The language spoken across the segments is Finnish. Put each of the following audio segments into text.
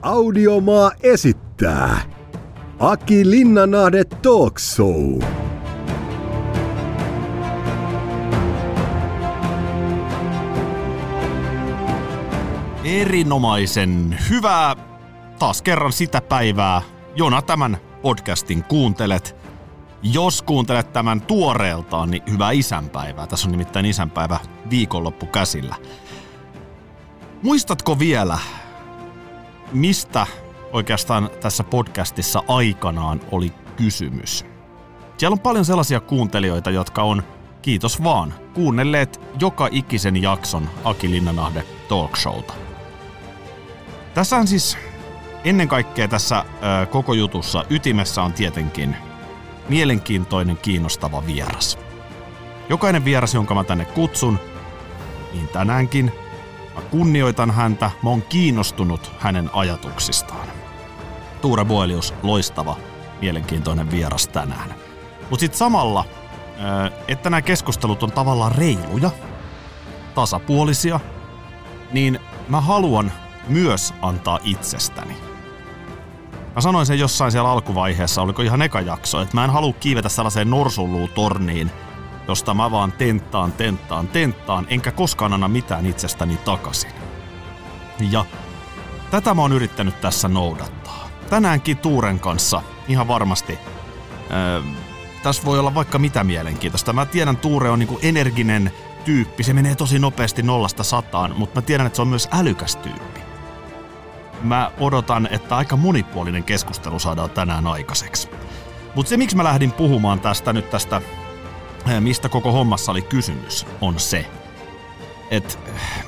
Audiomaa esittää Aki Linnanahde Talk Show. Erinomaisen hyvää taas kerran sitä päivää, jona tämän podcastin kuuntelet. Jos kuuntelet tämän tuoreeltaan, niin hyvää isänpäivää. Tässä on nimittäin isänpäivä viikonloppu käsillä. Muistatko vielä, mistä oikeastaan tässä podcastissa aikanaan oli kysymys? Siellä on paljon sellaisia kuuntelijoita, jotka on, kiitos vaan, kuunnelleet joka ikisen jakson Aki Linnanahde Talk Showta. Tässähän siis ennen kaikkea tässä koko jutussa ytimessä on tietenkin mielenkiintoinen, kiinnostava vieras. Jokainen vieras, jonka mä tänne kutsun, niin tänäänkin mä kunnioitan häntä, mä oon kiinnostunut hänen ajatuksistaan. Tuure Boelius, loistava, mielenkiintoinen vieras tänään. Mut sit samalla, että nämä keskustelut on tavallaan reiluja, tasapuolisia, niin mä haluan myös antaa itsestäni. Mä sanoin sen jossain siellä alkuvaiheessa, oliko ihan eka jakso, että mä en halua kiivetä sellaiseen norsunluutorniin, josta mä vaan tenttaan, enkä koskaan anna mitään itsestäni takaisin. Ja tätä mä oon yrittänyt tässä noudattaa. Tänäänkin Tuuren kanssa ihan varmasti tässä voi olla vaikka mitä mielenkiintoista. Mä tiedän, Tuure on niinku energinen tyyppi, se menee tosi nopeasti 0–100, mutta mä tiedän, että se on myös älykäs tyyppi. Mä odotan, että aika monipuolinen keskustelu saadaan tänään aikaiseksi. Mutta se, miksi mä lähdin puhumaan tästä, mistä koko hommassa oli kysymys, on se, että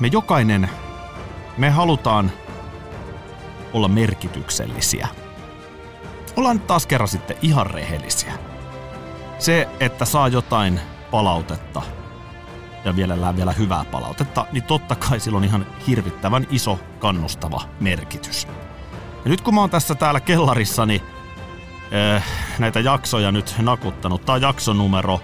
me halutaan olla merkityksellisiä. Ollaan nyt taas kerran sitten ihan rehellisiä. Se, että saa jotain palautetta ja vielä hyvää palautetta, niin totta kai sillä on ihan hirvittävän iso kannustava merkitys. Ja nyt kun mä oon tässä täällä kellarissani näitä jaksoja nyt nakuttanut, tää on jakso numero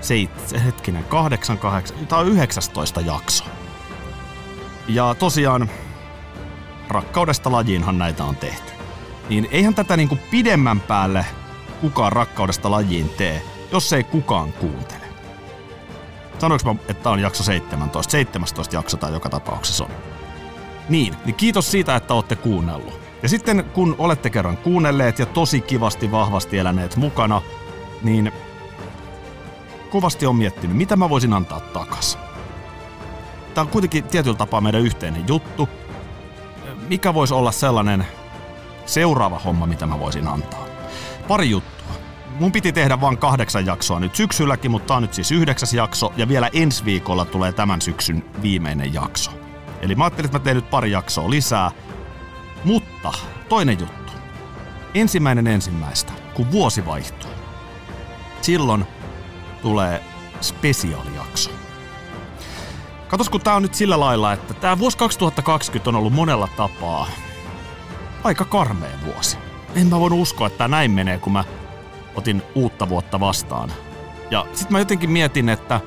8, tää on 19 jakso. Ja tosiaan rakkaudesta lajiinhan näitä on tehty. Niin eihän tätä niinku pidemmän päälle kukaan rakkaudesta lajiin tee, jos ei kukaan kuuntele. Sanoinko mä, että tää on jakso 17? 17 jakso tää joka tapauksessa on. Niin kiitos siitä, että olette kuunnellut. Ja sitten kun olette kerran kuunnelleet ja tosi kivasti, vahvasti eläneet mukana, niin kovasti on miettinyt, mitä mä voisin antaa takas. Tää on kuitenkin tietyllä tapaa meidän yhteinen juttu. Mikä voisi olla sellainen seuraava homma, mitä mä voisin antaa? Pari juttua. Mun piti tehdä vain 8 jaksoa nyt syksylläkin, mutta tää on nyt siis 9. jakso ja vielä ensi viikolla tulee tämän syksyn viimeinen jakso. Eli mä ajattelin, että mä teen nyt pari jaksoa lisää. Mutta toinen juttu. 1.1. kun vuosi vaihtuu. Silloin tulee spesiaalijakso. Katos, kun tää on nyt sillä lailla, että tää vuosi 2020 on ollut monella tapaa aika karmea vuosi. En mä voinut uskoa, että tää näin menee, kun mä otin uutta vuotta vastaan. Ja sit mä jotenkin mietin, että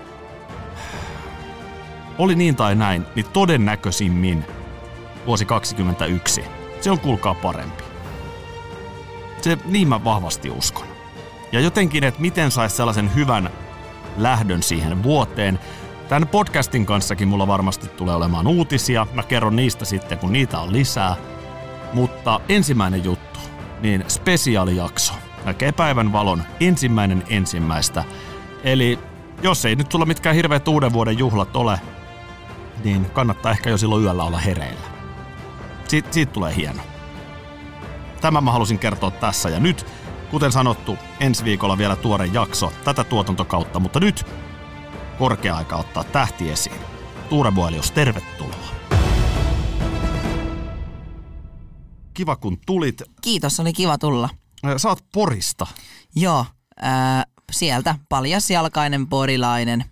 oli niin tai näin, niin todennäköisimmin vuosi 2021. Se on kuulkaa parempi. Niin mä vahvasti uskon. Ja jotenkin, että miten sais sellaisen hyvän lähdön siihen vuoteen. Tämän podcastin kanssakin mulla varmasti tulee olemaan uutisia. Mä kerron niistä sitten, kun niitä on lisää. Mutta ensimmäinen juttu, niin spesiaalijakso. Näkee päivän valon 1.1. Eli jos ei nyt sulla mitkään hirveät uuden vuoden juhlat ole, niin kannattaa ehkä jo silloin yöllä olla hereillä. Siitä tulee hieno. Tämän mä halusin kertoa tässä ja nyt, kuten sanottu, ensi viikolla vielä tuore jakso tätä tuotantokautta, mutta nyt korkea aika ottaa tähti esiin. Tuure Boelius, tervetuloa. Kiva kun tulit. Kiitos, oli kiva tulla. Sä oot Porista. Joo, sieltä paljasjalkainen porilainen.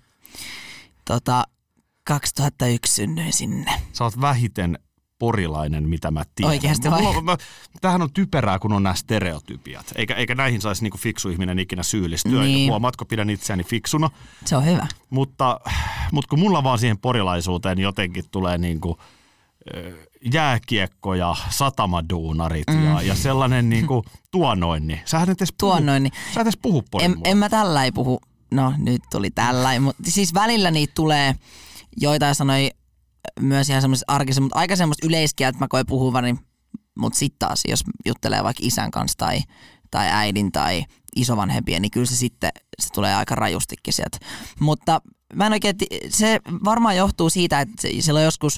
2001 synnyin sinne. Sä oot vähiten porilainen, mitä mä tiedän. Oikeasti vai? Tämähän on typerää, kun on nämä stereotypiat. Eikä näihin saisi niinku fiksu ihminen ikinä syyllistyä. Niin. Huomaatko, pidän itseäni fiksuna. Se on hyvä. Mutta kun mulla vaan siihen porilaisuuteen jotenkin tulee niinku jääkiekko ja satamaduunarit ja sellainen niinku tuonoinni. Sähän et edes puhu porin En mä tälläin puhu. No nyt tuli tälläin, mutta siis välillä niitä tulee joitain sanoi myös ihan semmoisessa arkisessa, mutta aika semmoista yleiskieltä mä koen puhuvani, mutta sitten taas jos juttelee vaikka isän kanssa tai äidin tai isovanhempien, niin kyllä se sitten se tulee aika rajustikin sieltä. Mutta mä en oikein, se varmaan johtuu siitä, että silloin joskus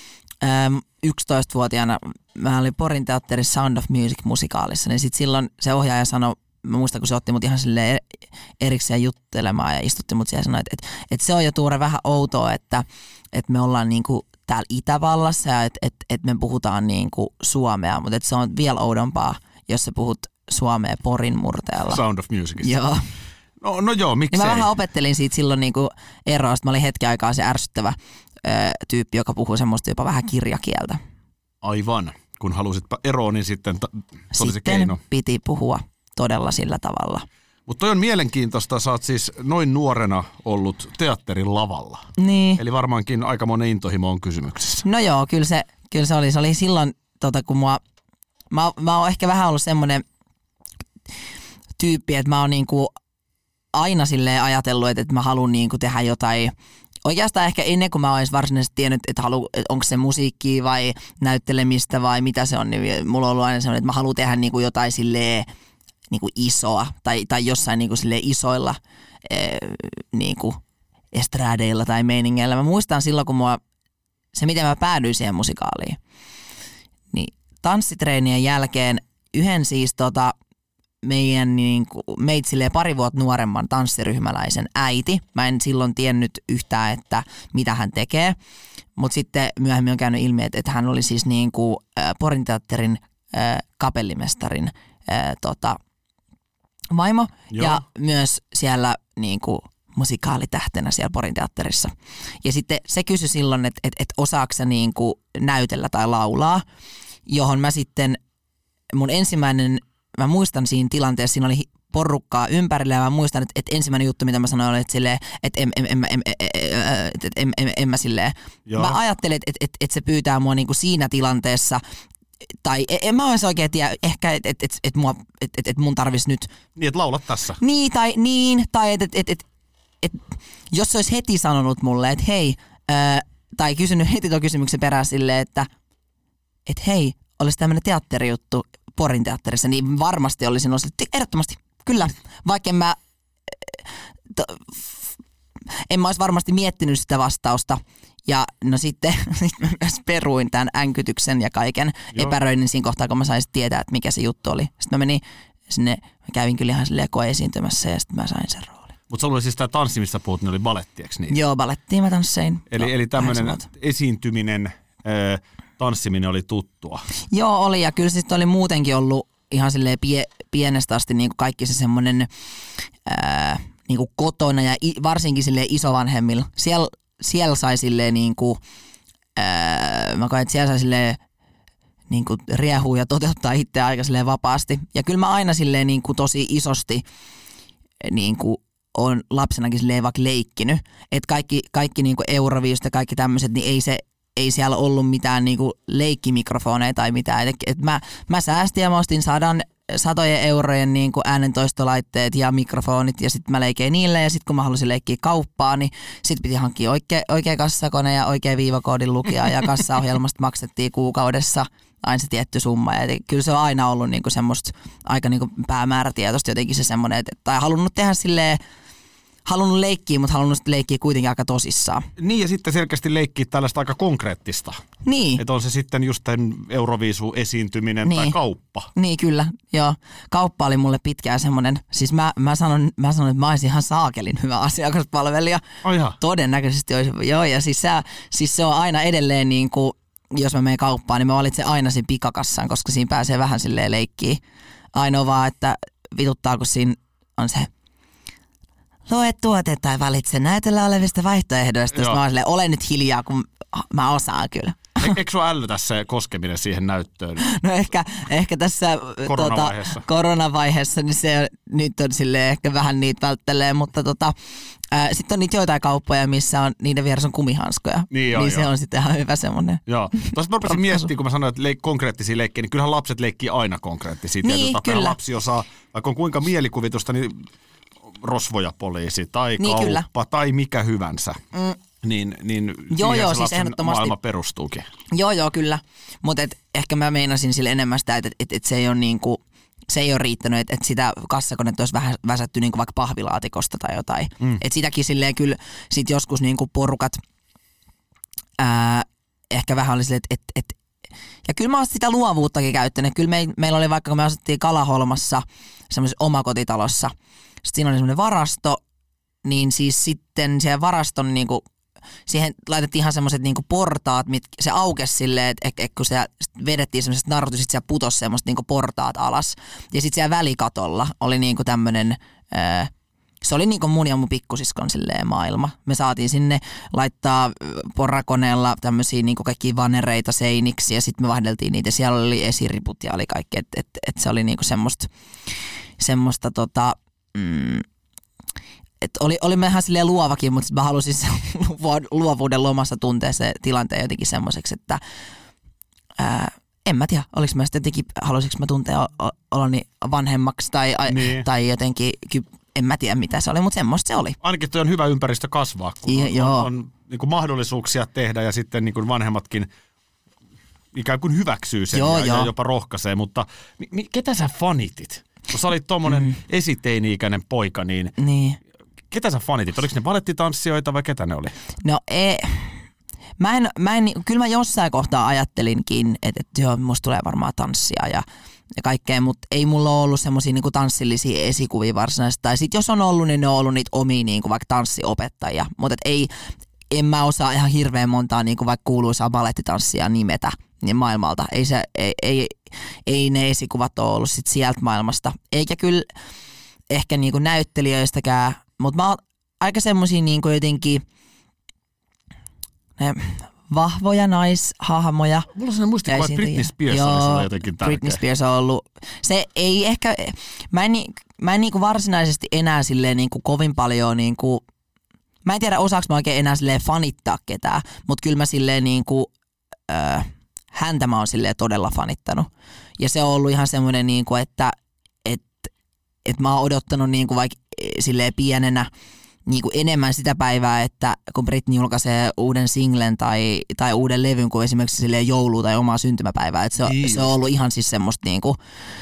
11-vuotiaana mä olin Porin teatterissa Sound of Music -musikaalissa, niin sitten silloin se ohjaaja sanoi, mä muistan kun se otti mut ihan silleen erikseen juttelemaan ja istutti mut siellä ja sanoi, että se on jo Tuure vähän outoa, että me ollaan niinku täällä Itävallassa ja että me puhutaan niinku suomea, mutta se on vielä oudompaa, jos sä puhut suomea Porin murteella. Sound of Musicissa. Joo. No joo, miksei? Niin mä vähän opettelin siitä silloin niinku eroa, mä olin hetken aikaa se ärsyttävä tyyppi, joka puhuu semmoista jopa vähän kirjakieltä. Aivan. Kun halusit eroon, niin sitten oli se keino. Sitten piti puhua todella sillä tavalla. Mutta toi on mielenkiintoista, sä oot siis noin nuorena ollut teatterin lavalla. Niin. Eli varmaankin aika monen intohimo on kysymyksessä. No joo, kyllä se oli silloin, kun mä oon ehkä vähän ollut semmoinen tyyppi, että mä oon niinku aina silleen ajatellut, että mä haluan niinku tehdä jotain. Oikeastaan ehkä ennen kuin mä oon varsinaisesti tiennyt, että onko se musiikkia vai näyttelemistä vai mitä se on, niin mulla on ollut aina semmoinen, että mä haluan tehdä niinku jotain silleen niinku isoa tai jossain niinku silleen isoilla niinku estradeilla tai meiningeillä. Mä muistan silloin, kun se miten mä päädyin siihen musikaaliin, niin tanssitreenien jälkeen yhden siis meidän meitä silleen pari vuotta nuoremman tanssiryhmäläisen äiti. Mä en silloin tiennyt yhtään, että mitä hän tekee, mutta sitten myöhemmin on käynyt ilmi, että hän oli siis niinku Porin teatterin kapellimestarin vaimo. Joo. Ja myös siellä niinku musikaalitähtenä siellä Porin teatterissa. Ja sitten se kysyi silloin, että osaako sä niinku näytellä tai laulaa, johon mä sitten mun ensimmäinen, mä muistan siinä tilanteessa, siinä oli porukkaa ympärillä ja mä muistan, että ensimmäinen juttu, mitä mä sanoin, oli, että silleen, että en mä silleen. Joo. Mä ajattelin, että se pyytää mua niinku siinä tilanteessa, tai en mä olisi oikein tiedä, ehkä, että mun tarvitsisi nyt. Niin, että laulat tässä. Tai että jos se olisi heti sanonut mulle, että hei, tai kysynyt heti tuon kysymyksen perään silleen, että hei, olisi tämmöinen teatterijuttu Porin teatterissa, niin varmasti olisin ollut, ehdottomasti, kyllä, vaikka en mä olisi varmasti miettinyt sitä vastausta. Ja no sitten mä myös peruin tämän änkytyksen ja kaiken epäröinnin siinä kohtaa, kun mä sain tietää, että mikä se juttu oli. Sitten mä menin sinne, mä kävin kyllä ihan silleen koeesiintymässä ja sitten mä sain sen roolin. Mutta sulla oli siis tämä tanssi, missä puhut, niin oli baletti, eikö niin? Joo, balettiin mä tanssein. Eli tämmöinen esiintyminen, tanssiminen oli tuttua. Joo, oli ja kyllä se oli muutenkin ollut ihan silleen pienestä asti niin kuin kaikki se semmoinen niin kuin kotona ja varsinkin silleen isovanhemmilla. Siellä sai silleen niinku, mä koen, että siellä sai silleen niinku riehua ja toteuttaa itseä aika silleen vapaasti. Ja kyllä mä aina silleen niinku tosi isosti niinku on lapsenakin silleen vaikka leikkinyt. Että kaikki niinku Euroviisut ja kaikki tämmöiset, niin ei siellä ollut mitään niinku leikkimikrofoneja tai mitään. Et mä säästin ja mä ostin satojen eurojen niin kuin äänentoistolaitteet ja mikrofonit ja sitten mä leikein niille ja sitten kun mä halusin leikkiä kauppaa, niin sitten piti hankkia oikea kassakone ja oikea viivakoodin lukija ja kassaohjelmasta maksettiin kuukaudessa aina se tietty summa. Ja kyllä se on aina ollut niin kuin semmoista aika niin kuin päämäärätietoista jotenkin se semmoinen, tai halunnut tehdä silleen, halunnut leikkiä, mutta halunnut leikkiä kuitenkin aika tosissaan. Niin ja sitten selkeästi leikkiä tällaista aika konkreetttti. Niin. Että on se sitten just Euroviisu-esiintyminen niin. Tai kauppa. Niin kyllä, joo. Kauppa oli mulle pitkään semmoinen, siis mä sanon, että mä olisin ihan saakelin hyvä asiakaspalvelija. Oh, todennäköisesti olisi, joo ja siis se on aina edelleen niin kuin, jos mä menen kauppaan, niin mä valitsen aina sen pikakassan, koska siinä pääsee vähän silleen leikkiä. Ainoa vaan, että vituttaa, kun siinä on se lue tuote tai valitse näytöllä olevista vaihtoehdoista. Mä oon silleen, ole nyt hiljaa, kun mä osaan kyllä. Eikö sua ällötä se koskeminen siihen näyttöön? No ehkä tässä koronavaiheessa niin se nyt on silleen ehkä vähän niitä välttelee, mutta sitten on niitä joitain kauppoja, missä on, niiden vieressä on kumihanskoja. Niin se on sitten ihan hyvä semmoinen. Joo. Tuosta mä rupesin miettimään, kun mä sanoin, että konkreettisia leikkejä, niin kyllähän lapset leikkii aina konkreettisia. Niin, kyllä. Lapsi osaa, vaikka on kuinka mielikuvitusta, niin rosvoja poliisi tai niin, kauppa kyllä. Tai mikä hyvänsä. Niin joo, se siis lapsen ehdottomasti. Maailma perustuukin. Joo, kyllä. Mutta ehkä mä meinasin sille enemmän sitä, että se ei ole niinku, se ei ole riittänyt, että sitä kassakonetta olisi vähän väsätty niinku vaikka pahvilaatikosta tai jotain. Että sitäkin silleen kyllä sit joskus niinku porukat ehkä vähän oli silleen, että ja kyllä mä oon sitä luovuuttakin käyttänyt. Kyllä meillä oli vaikka, kun me asuttiin Kalaholmassa semmoisessa omakotitalossa, sitten siinä oli semmoinen varasto, niin siis sitten siellä varaston niinku, siihen laitettiin ihan semmoiset niinku portaat, se aukesi silleen, että kun se vedettiin semmoiset narut, sitten siellä putosi semmoiset niinku portaat alas. Ja sitten siellä välikatolla oli niinku tämmöinen, se oli niinku mun ja mun pikkusiskon silleen maailma. Me saatiin sinne laittaa porrakoneella tämmöisiä niinku kaikkia vanereita seiniksi ja sitten me vaihdeltiin niitä. Siellä oli esiriput ja oli kaikki, että se oli niinku semmoista että oli mä ihan silleen luovakin, mutta mä halusin sen luovuuden lomassa tuntea se tilanteen jotenkin semmoiseksi, että en mä tiedä, oliko mä sitten jotenkin, halusinko mä tuntea oloni vanhemmaksi tai jotenkin, en mä tiedä mitä se oli, mutta semmoista se oli. Ainakin toi on hyvä ympäristö kasvaa, kun on niin kuin mahdollisuuksia tehdä ja sitten niin kuin vanhemmatkin ikään kuin hyväksyy sen ja jopa rohkaisee, mutta ketä sä fanitit? Kun sä olit tommonen esiteini-ikäinen poika, niin ketä sä fanitit? Oliko ne balettitanssijoita vai ketä ne oli? No kyllä mä jossain kohtaa ajattelinkin, että joo, musta tulee varmaan tanssia ja kaikkea, mutta ei mulla ole ollut semmosia niinku tanssillisia esikuvia varsinaisesti. Tai sit jos on ollut, niin ne on ollut niitä omia niinku vaikka tanssiopettajia. Mutta en mä osaa ihan hirveän montaa niinku vaikka kuuluisaa balettitanssia nimetä niin maailmalta. Ei ne esikuvat ole ollut sit sieltä maailmasta. Eikä kyllä ehkä niinku näyttelijöistäkään, mutta mä oon aika semmosia niinku jotenkin vahvoja naishahmoja. Mulla on sellainen muistikuva, että Britney Spears oli sulla jotenkin tärkeä. Britney Spears on ollut. Se ei ehkä, mä en niinku varsinaisesti enää silleen niinku kovin paljon niinku, mä en tiedä osaaks mä oikein enää silleen fanittaa ketään, mutta kyllä mä silleen niinku, häntä mä oon silleen todella fanittanut. Ja se on ollut ihan semmoinen niinku, että mä oon odottanut niinku vaikka silleen pienenä niinku enemmän sitä päivää, että kun Britney julkaisee uuden singlen tai uuden levyn kuin esimerkiksi silleen joulua tai omaa syntymäpäivää. Että se on ollut ihan siis semmoista niinku,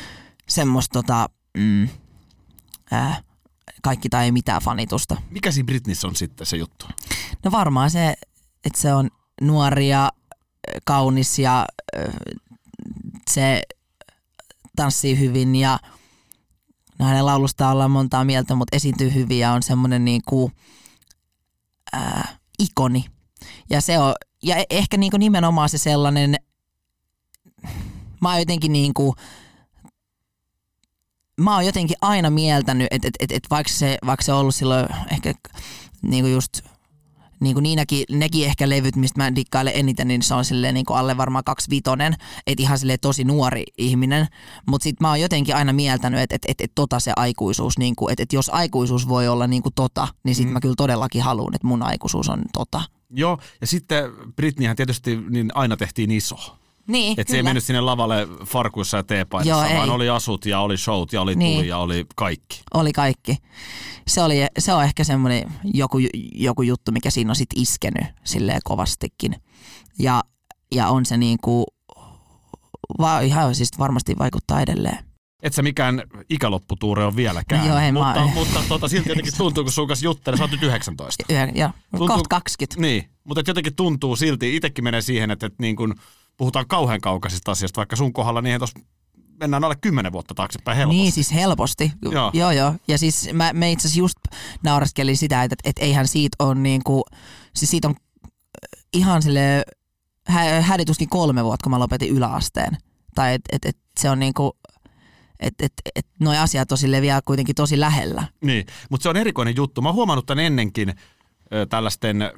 kaikki tai ei mitään fanitusta. Mikä siinä Britneyssä on sitten se juttu? No varmaan se, että se on nuori ja kaunis ja se tanssii hyvin ja no hänen laulustaan ollaan montaa mieltä, mutta esiintyy hyvin ja on semmoinen niinku, ikoni. Ja se on, ja ehkä niinku nimenomaan se sellainen, mä oon jotenkin aina mieltänyt, että vaikka se on ollut silloin ehkä niinku just niinku nekin ehkä levyt, mistä mä dikkailen eniten, niin se on silleen niinku alle varmaan 25, että ihan silleen tosi nuori ihminen. Mutta sit mä oon jotenkin aina mieltänyt, että se aikuisuus, niinku, että jos aikuisuus voi olla niinku niin sit mä kyllä todellakin haluan, että mun aikuisuus on . Joo, ja sitten Britneyhän tietysti niin aina tehtiin iso. Niin, että se ei mennyt sinne lavalle farkuissa ja teepaidassa, vaan oli asut ja oli showt ja oli tuli ja oli kaikki. Oli kaikki. Se on ehkä semmoinen joku juttu, mikä siinä on sit iskenyt silleen kovastikin. Ja on se niinku, ihan siis varmasti vaikuttaa edelleen. Et sä mikään ikälopputuure on vieläkään, mutta silti jotenkin tuntuu, kun sun kanssa juttelee, sä oot nyt 19. Joo, kohta 20. Niin, mutta jotenkin tuntuu silti, itsekin menee siihen, että niin kun puhutaan kauhean kaukaisista asioista, vaikka sun kohdalla niin tuossa mennään alle 10 vuotta taaksepäin helposti. Niin, siis helposti. Joo. Ja siis me itse asiassa just nauraskelin sitä, että eihän siitä ole niinku, siis siitä on ihan silleen hädituskin 3 vuotta, kun mä lopetin yläasteen. Tai että se on niinku, että noi asiat on silleen vielä kuitenkin tosi lähellä. Niin, mutta se on erikoinen juttu. Mä oon huomannut tämän ennenkin tällaisten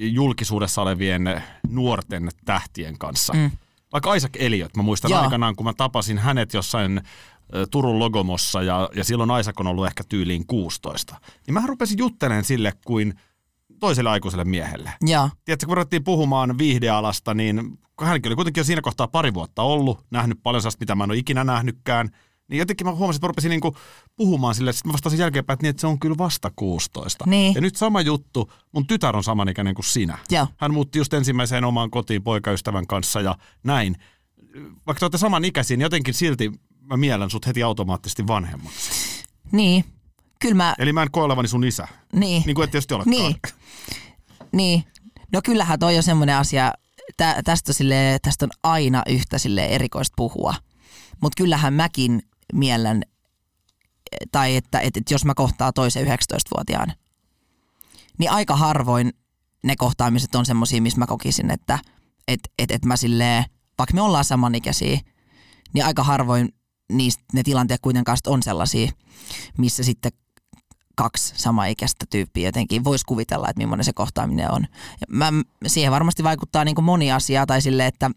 julkisuudessa olevien nuorten tähtien kanssa. Vaikka Isaac Elliot, mä muistan aikanaan, kun mä tapasin hänet jossain Turun Logomossa ja silloin Isaac on ollut ehkä tyyliin 16. Niin mä rupesin juttelemaan sille kuin toiselle aikuiselle miehelle. Ja. Tiedätkö, kun ruvettiin puhumaan viihdealasta, niin hänkin oli kuitenkin jo siinä kohtaa pari vuotta ollut, nähnyt paljon sellaista, mitä mä en ole ikinä nähnytkään. Niin jotenkin mä huomasin, että mä rupesin niinku puhumaan silleen, että sitten mä vastasin jälkeenpäin, että se on kyllä vasta 16. Niin. Ja nyt sama juttu, mun tytär on samanikäinen kuin sinä. Ja. Hän muutti just ensimmäiseen omaan kotiin poikaystävän kanssa ja näin. Vaikka te olette samanikäisiä, niin jotenkin silti mä miellän sut heti automaattisesti vanhemmaksi. Niin. Kyllä Eli mä en koe olevani sun isä. Niin. Niin kuin et tietysti olekaan. Niin. No kyllähän toi on semmoinen asia, tästä on aina yhtä erikoista puhua. Mutta kyllähän mäkin miellän, tai että jos mä kohtaan toisen 19-vuotiaan, niin aika harvoin ne kohtaamiset on semmosia, missä mä kokisin, että mä silleen, vaikka me ollaan samanikäisiä, niin aika harvoin ne tilanteet kuitenkaan on sellaisia, missä sitten kaksi samaikäistä tyyppiä jotenkin voisi kuvitella, että millainen se kohtaaminen on. Siihen varmasti vaikuttaa niin kuin moni asia, tai silleen, että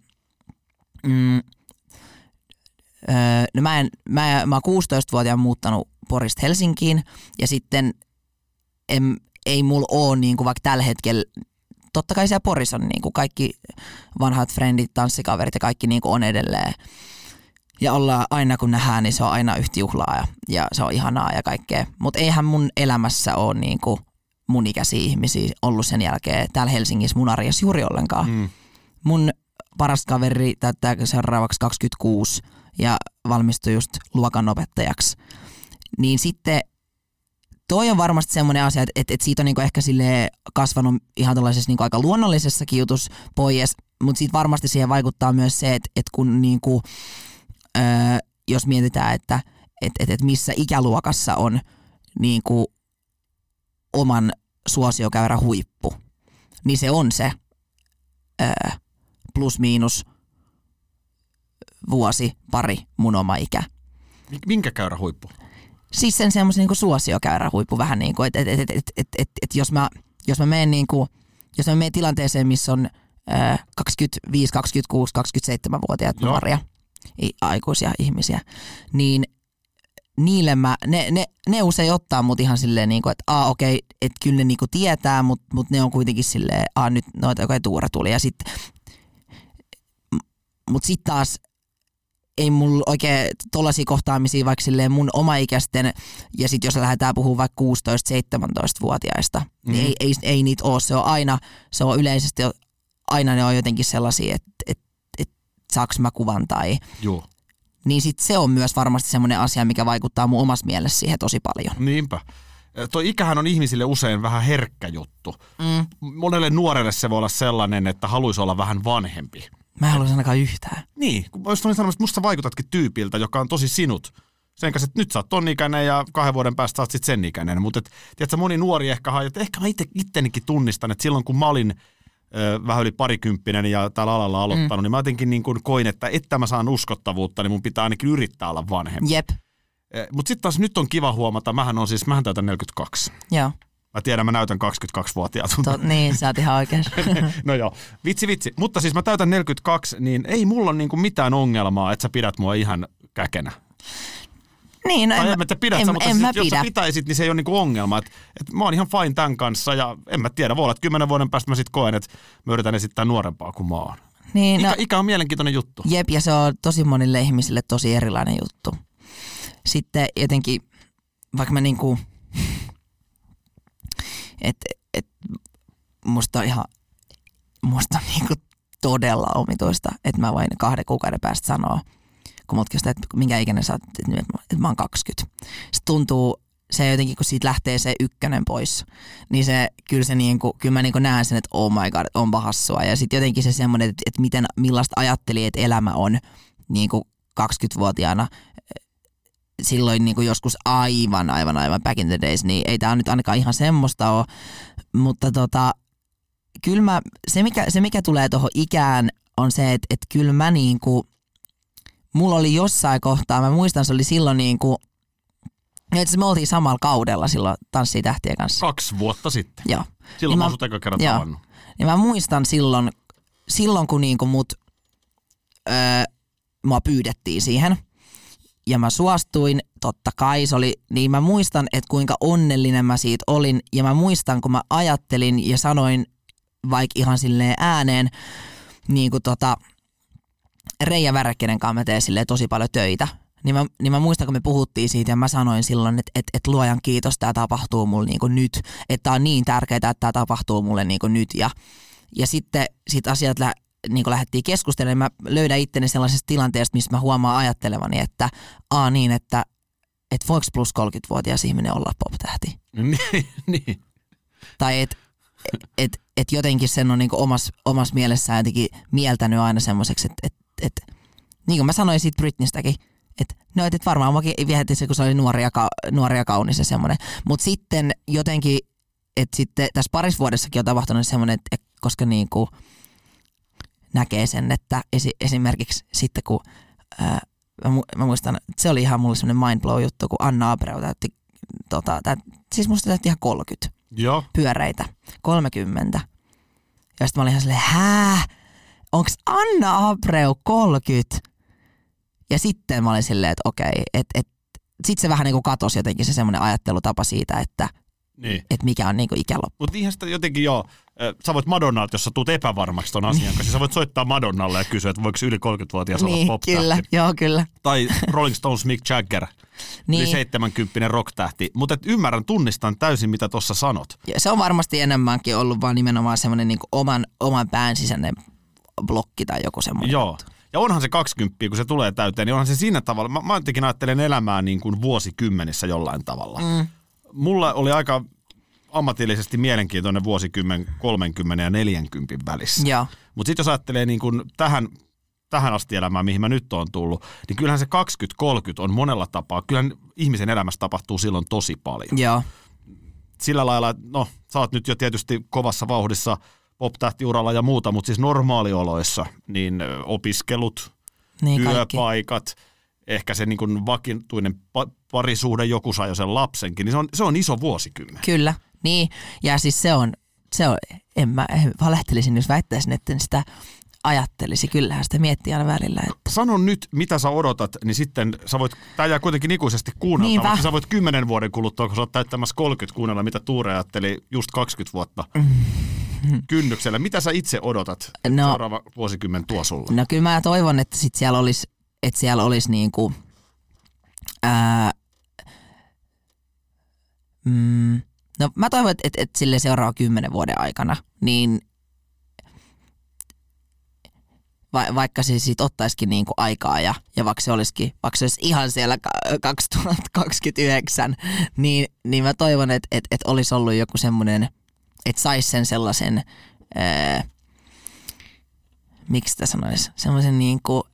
no mä oon 16-vuotiaan muuttanut Porista Helsinkiin, ja sitten ei mulla ole niin kuin vaikka tällä hetkellä, totta kai siellä Porissa on niin kuin kaikki vanhat frendit, tanssikaverit ja kaikki niin kuin on edelleen. Ja ollaan aina kun nähdään, niin se on aina yhtä juhlaa ja se on ihanaa ja kaikkea. Mutta eihän mun elämässä ole niinku mun ikäisiä ihmisiä ollut sen jälkeen täällä Helsingissä mun arjessa juuri ollenkaan. Mun paras kaveri täyttää seuraavaksi 26 ja valmistui just luokanopettajaksi. Niin sitten toi on varmasti semmoinen asia, että siitä on niinku ehkä silleen kasvanut ihan tällaisessa niinku aika luonnollisessakin jutussa pois. Mutta siitä varmasti siihen vaikuttaa myös se, että kun niinku jos mietitään, että missä ikäluokassa on niin kuin oman suosiokäyrän huippu, niin se on se plus miinus vuosi, pari mun oma ikä. Minkä käyrä huippu? Siis sen semmoisen niin kuin suosiokäyrän huippu vähän niin kuin, että jos mä menen niin kuin, jos mä menen tilanteeseen, missä on 25, 26, 27-vuotiaat nuoria, aikuisia ihmisiä, niin niille ne usein ottaa mut ihan silleen niinku, että okei, että kyllä ne niinku tietää, mut ne on kuitenkin silleen, nyt noita joka tuura tuli ja sit mut sit taas ei mulla oikein tollaisia kohtaamisia vaikka silleen mun omaikäisten ja sit jos lähdetään puhumaan vaikka 16-17-vuotiaista, niin ei niitä oo, se on yleisesti aina ne on jotenkin sellaisia, että saaks mä kuvan tai... Joo. Niin sit se on myös varmasti semmoinen asia, mikä vaikuttaa mun omassa mielessä siihen tosi paljon. Niinpä. Toi ikähän on ihmisille usein vähän herkkä juttu. Monelle nuorelle se voi olla sellainen, että haluaisi olla vähän vanhempi. Mä en haluaisi ainakaan yhtään. Niin, kun jos olin sanomassa, että musta vaikutatkin tyypiltä, joka on tosi sinut. Sen kanssa, että nyt sä oot ton ikäinen ja 2 vuoden päästä sä oot sit sen ikäinen. Mutta tiedätkö, moni nuori ehkä ehkä mä ittenikin tunnistan, että silloin kun mä olin vähän yli 20 ja tällä alalla aloittanut, niin mä jotenkin niin kuin koin, että mä saan uskottavuutta, niin mun pitää ainakin yrittää olla vanhempi. Jep. Mutta sitten taas nyt on kiva huomata, mähän täytän 42. Joo. Mä tiedän, mä näytän 22-vuotiaalta. Niin, sä oot ihan oikein. No joo, vitsi. Mutta siis mä täytän 42, niin ei mulla ole niinku mitään ongelmaa, että sä pidät mua ihan käkenä. Niin, no jos sä pitäisit, niin se ei ole niinku ongelma. Et mä oon ihan fine tämän kanssa ja en mä tiedä, voi olla, että 10 vuoden päästä mä sit koen, että mä yritän esittää nuorempaa kuin mä oon. Niin, ikä on mielenkiintoinen juttu. Jep, ja se on tosi monille ihmisille tosi erilainen juttu. Sitten jotenkin, vaikka mä niinku, musta on niinku todella omituista, että mä voin 2 kuukauden päästä sanoa, kun multa kysytään, että minkä ikäinen sä oot, että mä oon 20. Se tuntuu, se jotenkin, kun siitä lähtee se 1 pois, niin kyllä mä niinku näen sen, että oh my god, onpa hassua. Ja sitten jotenkin se semmoinen, että millaista ajatteli, että elämä on niinku 20-vuotiaana, silloin niinku joskus aivan back in the days, niin ei tää nyt ainakaan ihan semmoista ole. Mutta kyllä se mikä tulee tuohon ikään on se, että kyllä mä niinku, mulla oli jossain kohtaa, mä muistan se oli silloin niinku Itse me oltiin samalla kaudella silloin Tanssii tähtien kanssa. 2 vuotta sitten. Joo. Silloin mä oon sut eka kerran tavannut. Niin mä muistan silloin kun niinku mua pyydettiin siihen ja mä suostuin, totta kai se oli, niin mä muistan, että kuinka onnellinen mä siitä olin ja mä muistan, kun mä ajattelin ja sanoin vaikka ihan silleen ääneen, niin kuin Reija Väräkkinen kanssa mä teen silleen tosi paljon töitä. Niin mä muistan, kun me puhuttiin siitä ja mä sanoin silloin, että luojan kiitos, tää tapahtuu mulle niinku nyt. Että tää on niin tärkeää, että tää tapahtuu mulle niinku nyt. Ja sitten asiat niinku lähdettiin keskustelemaan. Mä löydän itteni sellaisesta tilanteesta, missä mä huomaan ajattelevani, että voiko plus 30-vuotias ihminen olla pop-tähti? Niin. Tai että jotenkin sen on niinku omassa mielessään jotenkin mieltänyt aina semmoiseksi, että niin kuin mä sanoin siitä Britneystäkin, että varmaan mäkin viehätin se, kun se oli nuori ja kaunis ja semmoinen. Mutta sitten jotenkin, että sitten tässä parissa vuodessakin on tapahtunut semmoinen, että koska niinku näkee sen, että esimerkiksi sitten kun mä muistan, että se oli ihan mulle semmoinen mindblow juttu, kun Anna Abreu täytti, siis musta täytti ihan 30 pyöreitä, 30. Ja sitten mä olin ihan silleen, onks Anna Abreu 30? Ja sitten mä olin silleen, että okei, sit se vähän niinku katosi jotenkin se semmoinen ajattelutapa siitä, että mikä on niinku ikäloppu. Mutta niinhän sitä jotenkin sä voit Madonnalta, jos sä tuut epävarmaksi ton asian kanssa, sä voit soittaa Madonnalle ja kysyä, että voiko yli 30-vuotias olla pop-tähti. Kyllä, joo kyllä. Tai Rolling Stones Mick Jagger, yli 70 rock-tähti. Mutta tunnistan täysin, mitä tuossa sanot. Ja se on varmasti enemmänkin ollut vaan nimenomaan semmoinen niinku oman pään sisäinen blokki tai joku semmoinen. Joo. Ja onhan se 20, kun se tulee täyteen, niin onhan se siinä tavalla. Mä jotenkin ajattelen elämää niin kuin vuosikymmenissä jollain tavalla. Mulla oli aika ammatillisesti mielenkiintoinen vuosikymmen 30 ja 40 välissä. Mutta sitten jos ajattelee niin kuin tähän asti elämää, mihin mä nyt oon tullut, niin kyllähän se 20-30 on monella tapaa. Kyllähän ihmisen elämässä tapahtuu silloin tosi paljon. Joo. Sillä lailla, sä oot nyt jo tietysti kovassa vauhdissa pop-tähtiuralla ja muuta, mutta siis normaalioloissa, niin opiskelut, työpaikat, kaikki. Ehkä se niin kuin vakituinen parisuhde, joku saa jo sen lapsenkin, niin se on iso vuosikymmen. Kyllä, niin. Ja siis se on en valehtelisin, jos väittäisin, että sitä ajattelisi. Kyllähän sitä miettii aina välillä. Että sano nyt, mitä sä odotat, niin sitten sä voit, tää jää kuitenkin ikuisesti kuunneltavaksi. Niinpä. Sä voit 10 vuoden kuluttua, kun sä oot täyttämässä 30 kuunnella, mitä Tuure ajatteli just 20 vuotta kynnyksellä. Mitä sä itse odotat, että seuraava vuosikymmen tuo sulle? No kyllä mä toivon, että sit siellä olisi niinku no mä toivon, että sille seuraava 10 vuoden aikana, niin vaikka se sitten ottaisikin niinku aikaa ja vaikka se olisi ihan siellä 2029, niin mä toivon, että olisi ollut joku semmoinen, että saisi sen sellaisen, miksi sitä sanoisi, semmoisen niinku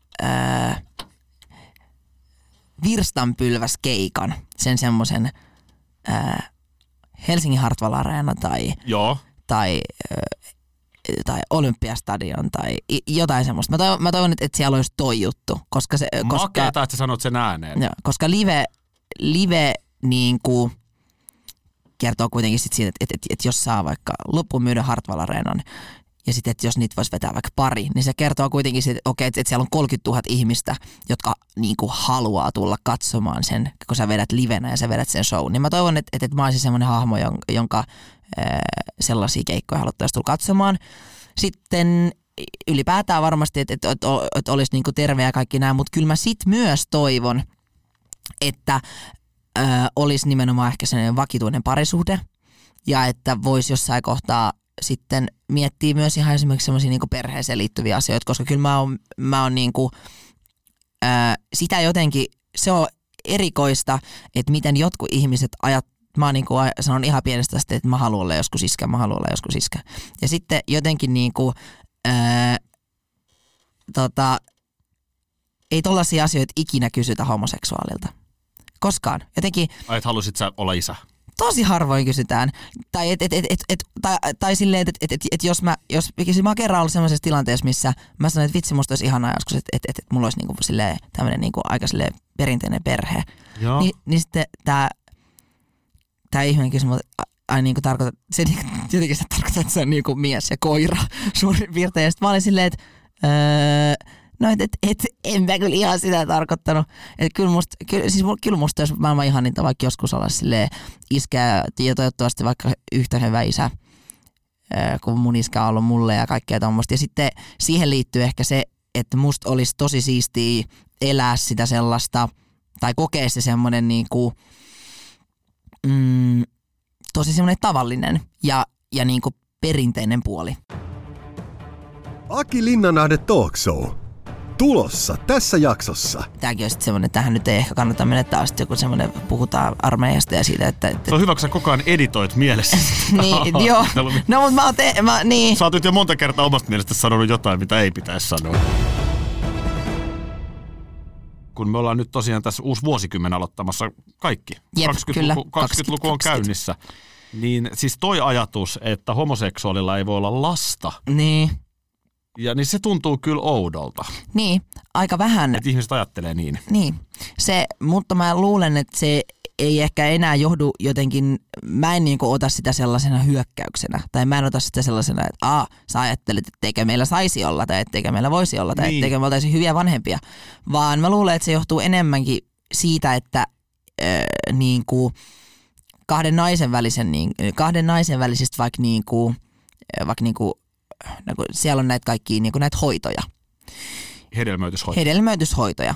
virstanpylväskeikan, sen semmoisen Helsingin Hartwall Areena tai Olympiastadion tai jotain semmoista. Mä toivon, että siellä olisi toi juttu. Makeeta, että sä sanot sen ääneen. Joo, koska live niinku kertoo kuitenkin sit siitä, että jos saa vaikka loppuun myydä Hartwall Areenan ja sitten, että jos niitä voisi vetää vaikka pari, niin se kertoo kuitenkin siitä, että siellä on 30 000 ihmistä, jotka niinku haluaa tulla katsomaan sen, kun sä vedät livenä ja sä vedät sen show. Niin mä toivon, että mä olisin semmoinen hahmo, jonka sellaisia keikkoja haluttaisiin tulla katsomaan. Sitten ylipäätään varmasti, että olisi niinku terve ja kaikki nämä, mutta kyllä mä sit myös toivon, että olisi nimenomaan ehkä sellainen vakituinen parisuhde ja että voisi jossain kohtaa sitten miettiä myös ihan esimerkiksi semmoisia niinku perheeseen liittyviä asioita, koska kyllä mä oon niinku, sitä jotenkin, se on erikoista, että miten jotkut ihmiset mä oon niinku sanon ihan pienestä asti, että mä haluan olla joskus iskä, Ja sitten jotenkin niinku, ei tollaisia asioita ikinä kysytä homoseksuaalilta. Koskaan. Jotenkin. Et halusit sä olla isä? Tosi harvoin kysytään. Tai silleen, että jos mä oon kerran ollut sellaisessa tilanteessa, missä mä sanoin, että vitsi, musta olisi ihanaa joskus, että mulla olisi niinku silleen tämmönen niinku aika silleen perinteinen perhe. Niin sitten tää ihminen kysyi, ai niinku tarkoitat, se jotenkin se tarkoittaa, että se on niinku mies ja koira suurin piirtein. Ja sit mä olin silleen, että no et en mä kyllä ihan sitä tarkoittanut. Että kyllä musta olisi maailman ihaninta vaikka joskus olla silleen iskä ja toivottavasti vaikka yhtä hyvä isä, kun mun iskä on ollut mulle ja kaikkea tommoista. Ja sitten siihen liittyy ehkä se, että musta olisi tosi siistiä elää sitä sellaista, tai kokea se semmoinen niinku, tosi semmoinen tavallinen ja niinku perinteinen puoli. Aki Linnanahde Talk Show. Tulossa tässä jaksossa. Tämäkin on sitten semmoinen, että tähän nyt ei ehkä kannata menettää sitten joku semmoinen, puhutaan armeijasta ja siitä, että se on hyvä, kun sä koko ajan editoit mielessä. Niin, joo. No, mutta niin. Sä oot nyt jo monta kertaa omasta mielestä sanonut jotain, mitä ei pitäisi sanoa. Kun me ollaan nyt tosiaan tässä uusi vuosikymmen aloittamassa kaikki. Jep, 20-luku on käynnissä. Niin siis toi ajatus, että homoseksuaalilla ei voi olla lasta. Niin. Ja niin se tuntuu kyllä oudolta. Niin, aika vähän. Että ihmiset ajattelee niin. Niin, mutta mä luulen, että se ei ehkä enää johdu jotenkin, mä en niinku ota sitä sellaisena hyökkäyksenä. Tai mä en ota sitä sellaisena, että sä ajattelet, etteikö meillä saisi olla, tai etteikö meillä voisi olla, tai etteikö me oltaisi hyviä vanhempia. Vaan mä luulen, että se johtuu enemmänkin siitä, että niinku kahden naisen välisistä vaikka siellä on näitä kaikkia niinku näitä hoitoja. Hedelmöityshoitoja.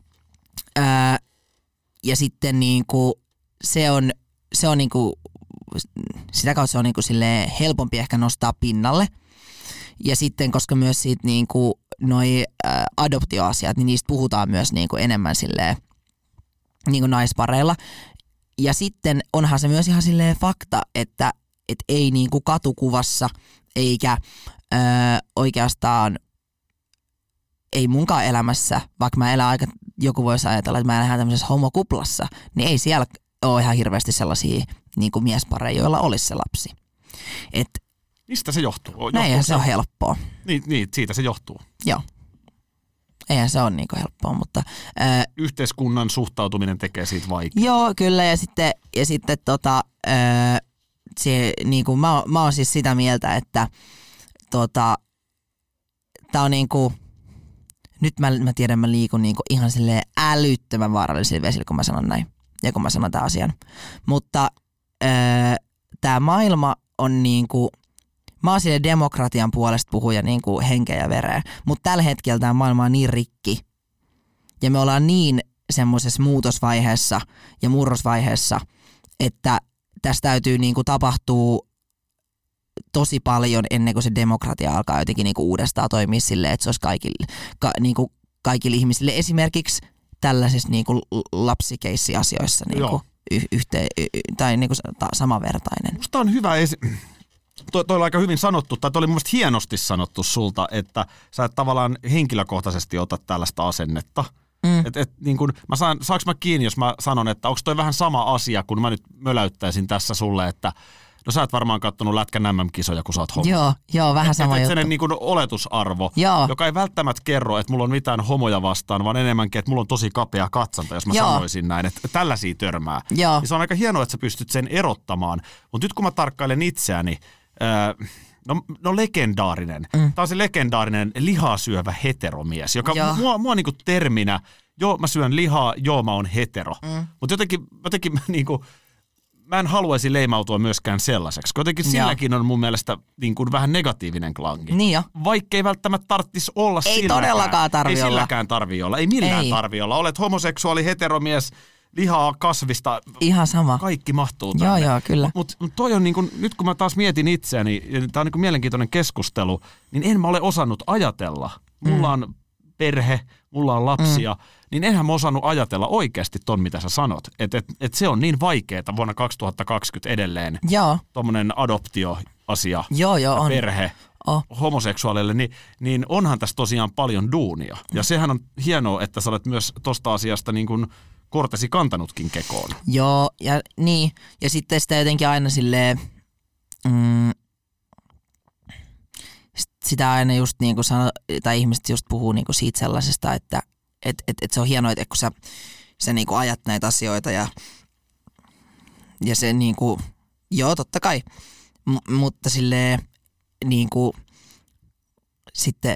Ja sitten niinku se on niinku sitä kautta se on niinku silleen helpompi ehkä nostaa pinnalle. Ja sitten koska myös siitä niinku noi adoptioasiat, niin niistä puhutaan myös niinku enemmän silleen niinku naispareilla. Ja sitten onhan se myös ihan silleen fakta, että ei niinku katukuvassa eikä oikeastaan ei munkaan elämässä, vaikka mä elän joku voisi ajatella, että mä elän tämmöisessä homokuplassa, niin ei siellä ole ihan hirveästi sellaisia niin kuin miespareja, joilla olisi se lapsi. Mistä se johtuu? Näinhän se on helppoa. Niin, siitä se johtuu. Joo. Eihän se ole niin kuin helppoa, mutta yhteiskunnan suhtautuminen tekee siitä vaikeaa. Joo, kyllä, ja sitten se, niin kuin mä oon siis sitä mieltä, että tää on niinku, nyt mä tiedän, mä liikun niinku ihan silleen älyttömän vaarallisilla vesillä, kun mä sanon näin, ja kun mä sanon tämän asian. Mutta tää maailma on niinku, mä oon silleen demokratian puolesta puhuja niinku henkeä ja vereä, mutta tällä hetkellä tää maailma on niin rikki, ja me ollaan niin semmoisessa muutosvaiheessa ja murrosvaiheessa, että tässä täytyy niinku tapahtua tosi paljon ennen kuin se demokratia alkaa jotenkin niinku uudestaan toimia silleen, että se olisi kaikille ihmisille esimerkiksi tällaisissa niinku lapsikeissiasioissa niinku tai niinku samanvertainen. Musta on hyvä toi oli aika hyvin sanottu, tai toi oli mun mielestä hienosti sanottu sulta, että sä et tavallaan henkilökohtaisesti ota tällaista asennetta. Niin kun, saanko mä kiinni, jos mä sanon, että onko toi vähän sama asia, kun mä nyt möläyttäisin tässä sulle, että no sä et varmaan kattonut Lätkän MM-kisoja, kun sä oot homo. Joo, vähän sama juttu. Sellainen niin kuin oletusarvo, joka ei välttämättä kerro, että mulla on mitään homoja vastaan, vaan enemmänkin, että mulla on tosi kapea katsanta, jos mä sanoisin näin, että tällaisia törmää. Ja se on aika hienoa, että sä pystyt sen erottamaan. Mutta nyt kun mä tarkkailen itseäni, no legendaarinen. Tämä on se legendaarinen lihaa syövä heteromies, joka mua niin kuin terminä, mä syön lihaa, mä oon hetero. Mutta jotenkin niin kuin, mä en haluaisi leimautua myöskään sellaiseksi, kun jotenkin silläkin on mun mielestä niin kuin vähän negatiivinen klangi. Niin jo. Vaikka ei välttämättä tarvitsisi olla silläkään. Ei todellakaan tarvitse olla. Ei silläkään tarvitse olla, ei millään tarvitse olla. Olet homoseksuaali, heteromies, lihaa, kasvista. Ihan sama. Kaikki mahtuu tänne. Joo, kyllä. Mutta toi on niin kuin, nyt kun mä taas mietin itseäni, ja tää on niin kuin mielenkiintoinen keskustelu, niin en mä ole osannut ajatella. Mulla on perhe, mulla on lapsia, niin enhän mä osannut ajatella oikeasti ton, mitä sä sanot. Et se on niin vaikeeta vuonna 2020 edelleen. Joo. Tommonen adoptioasia, on. perhe, homoseksuaalille, niin onhan tässä tosiaan paljon duunia. Ja sehän on hienoa, että sä olet myös tosta asiasta niin kuin kortesi kantanutkin kekoon. Joo, ja niin. Ja sitten sitä jotenkin aina silleen, sitä aina just niin kuin tai ihmiset just puhuu niin kuin siitä sellaisesta, että se on hienoa, että kun sä niin kuin ajat näitä asioita ja Ja se niinku, joo totta kai, mutta silleen niinku sitten,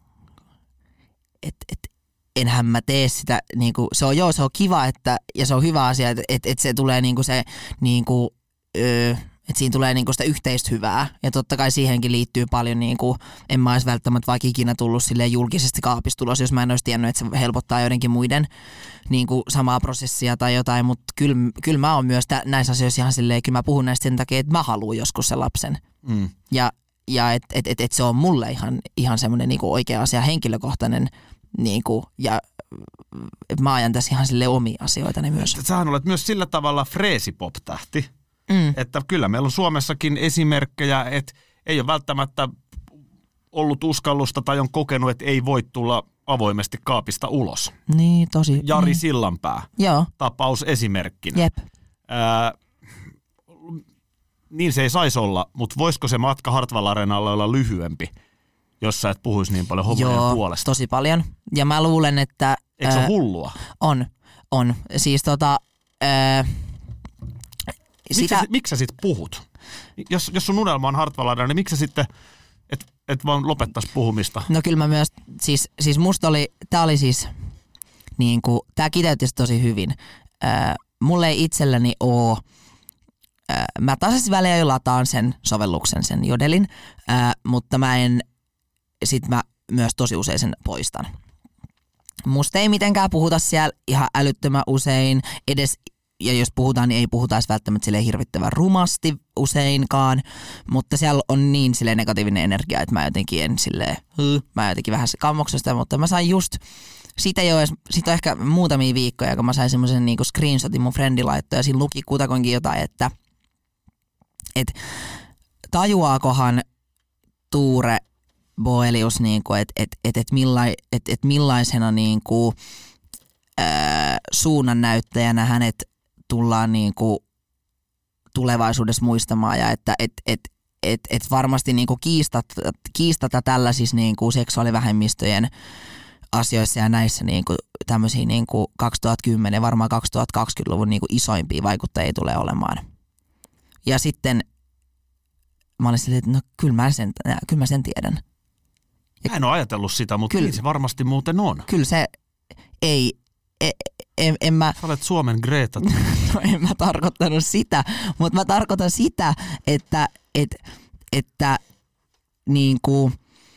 enhän mä tee sitä, niinku, se on kiva, että, ja se on hyvä asia, että se tulee niinku se, niinku, että siinä tulee niinku sitä yhteistä hyvää. Ja totta kai siihenkin liittyy paljon, niinku, en mä olisi välttämättä vaikka ikinä tullut silleen julkisesti kaapista tulos, jos mä en olisi tiennyt, että se helpottaa joidenkin muiden niinku, samaa prosessia tai jotain, mutta kyllä mä oon myös näissä asioissa ihan silleen, kyllä mä puhun näistä sen takia, että mä haluan joskus sen lapsen. Ja että se on mulle ihan semmoinen niinku oikea asia, henkilökohtainen, niinku, ja mä ajan tässä ihan silleen omia asioitani myös. Sähän olet myös sillä tavalla freesipop-tähti, että kyllä meillä on Suomessakin esimerkkejä, että ei ole välttämättä ollut uskallusta tai on kokenut, että ei voi tulla avoimesti kaapista ulos. Niin, tosi. Jari niin. Sillanpää, Joo. tapaus esimerkkinä. Jep. Niin se ei saisi olla, mutta voisiko se matka Hartwall Areenalle olla lyhyempi, jos sä et puhuisi niin paljon homojen puolesta? Tosi paljon. Ja mä luulen, että... Eikö se ole hullua? On. Siis Miksi sä sit puhut? Jos sun unelma on Hartwall Areena, niin miksi sä sitten et vaan lopettaisi puhumista? No kyllä mä myös, siis musta tää oli siis, niinku, tää kiteytti tosi hyvin. Mulle ei itselläni oo, mä tasaisesti väliä jo lataan sen sovelluksen, sen Jodelin, mutta mä myös tosi usein sen poistan. Musta ei mitenkään puhuta siellä ihan älyttömän usein, edes, ja jos puhutaan, niin ei puhuta edes välttämättä silleen hirvittävän rumasti useinkaan, mutta siellä on niin silleen negatiivinen energia, että mä jotenkin mä jotenkin vähän kammoksesta, mutta mä sain just, siitä on ehkä muutamia viikkoja, kun mä sain semmoisen niinku screenshotin mun frendi laittoi, ja siinä luki kutakuinkin jotain, että tajuaakohan Tuure Boelius, niinku, että millaisena niinku, suunnannäyttäjänä hänet tullaan niinku, tulevaisuudessa muistamaan ja että varmasti niinku, kiistata tällaisissa niinku, seksuaalivähemmistöjen asioissa ja näissä niinku, tämmöisiä niinku, 2010 varmaan 2020-luvun niinku, isoimpia vaikuttajia tulee olemaan. Ja sitten mä olin silleen, että no kyllä mä sen tiedän. Mä en ole ajatellut sitä, mutta niin se varmasti muuten on. Kyllä se en mä... Sä olet Suomen Greta. No en mä tarkoittanut sitä, mutta mä tarkoitan sitä, että niinku...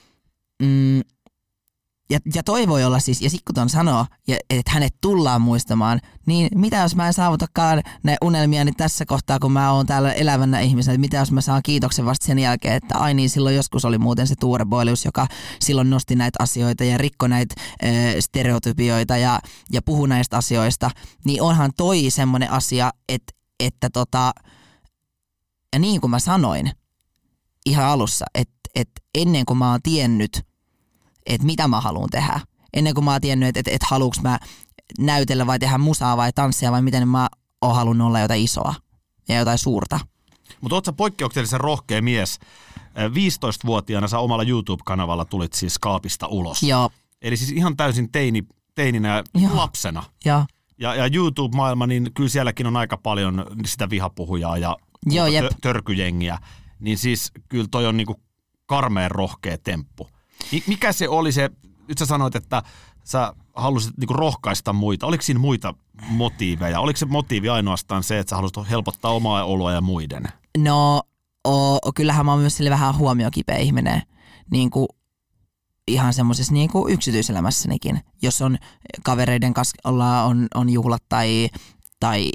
Ja toi voi olla siis, ja sit kun ton sanoo, että hänet tullaan muistamaan, niin mitä jos mä en saavutakaan ne unelmiani tässä kohtaa, kun mä oon täällä elävänä ihmisenä, että mitä jos mä saan kiitoksen vasta sen jälkeen, että ai niin, silloin joskus oli muuten se Tuure Boelius, joka silloin nosti näitä asioita ja rikkoi näitä stereotypioita ja puhui näistä asioista, niin onhan toi semmoinen asia, että ja niin kuin mä sanoin ihan alussa, että ennen kuin mä oon tiennyt, että mitä mä haluan tehdä. Ennen kuin mä oon tiennyt, että haluuks mä näytellä vai tehdä musaa vai tanssia vai miten mä oon halunnut olla jotain isoa ja jotain suurta. Mutta oot sä poikkeuksellisen rohkea mies. 15-vuotiaana sä omalla YouTube-kanavalla tulit siis kaapista ulos. Joo. Eli siis ihan täysin teininä lapsena. Joo. Ja YouTube-maailma, niin kyllä sielläkin on aika paljon sitä vihapuhujaa ja törkyjengiä. Niin siis kyllä toi on niinku karmeen rohkea temppu. Mikä se oli se, nyt sä sanoit, että sä halusit niinku rohkaista muita. Oliko siinä muita motiiveja? Oliko se motiivi ainoastaan se, että sä halusit helpottaa omaa oloa ja muiden? No, kyllähän mä oon myös sille vähän huomiokipeä ihminen. Niinku, ihan semmoisessa niinku yksityiselämässänikin. Jos on kavereiden kanssa on juhlat tai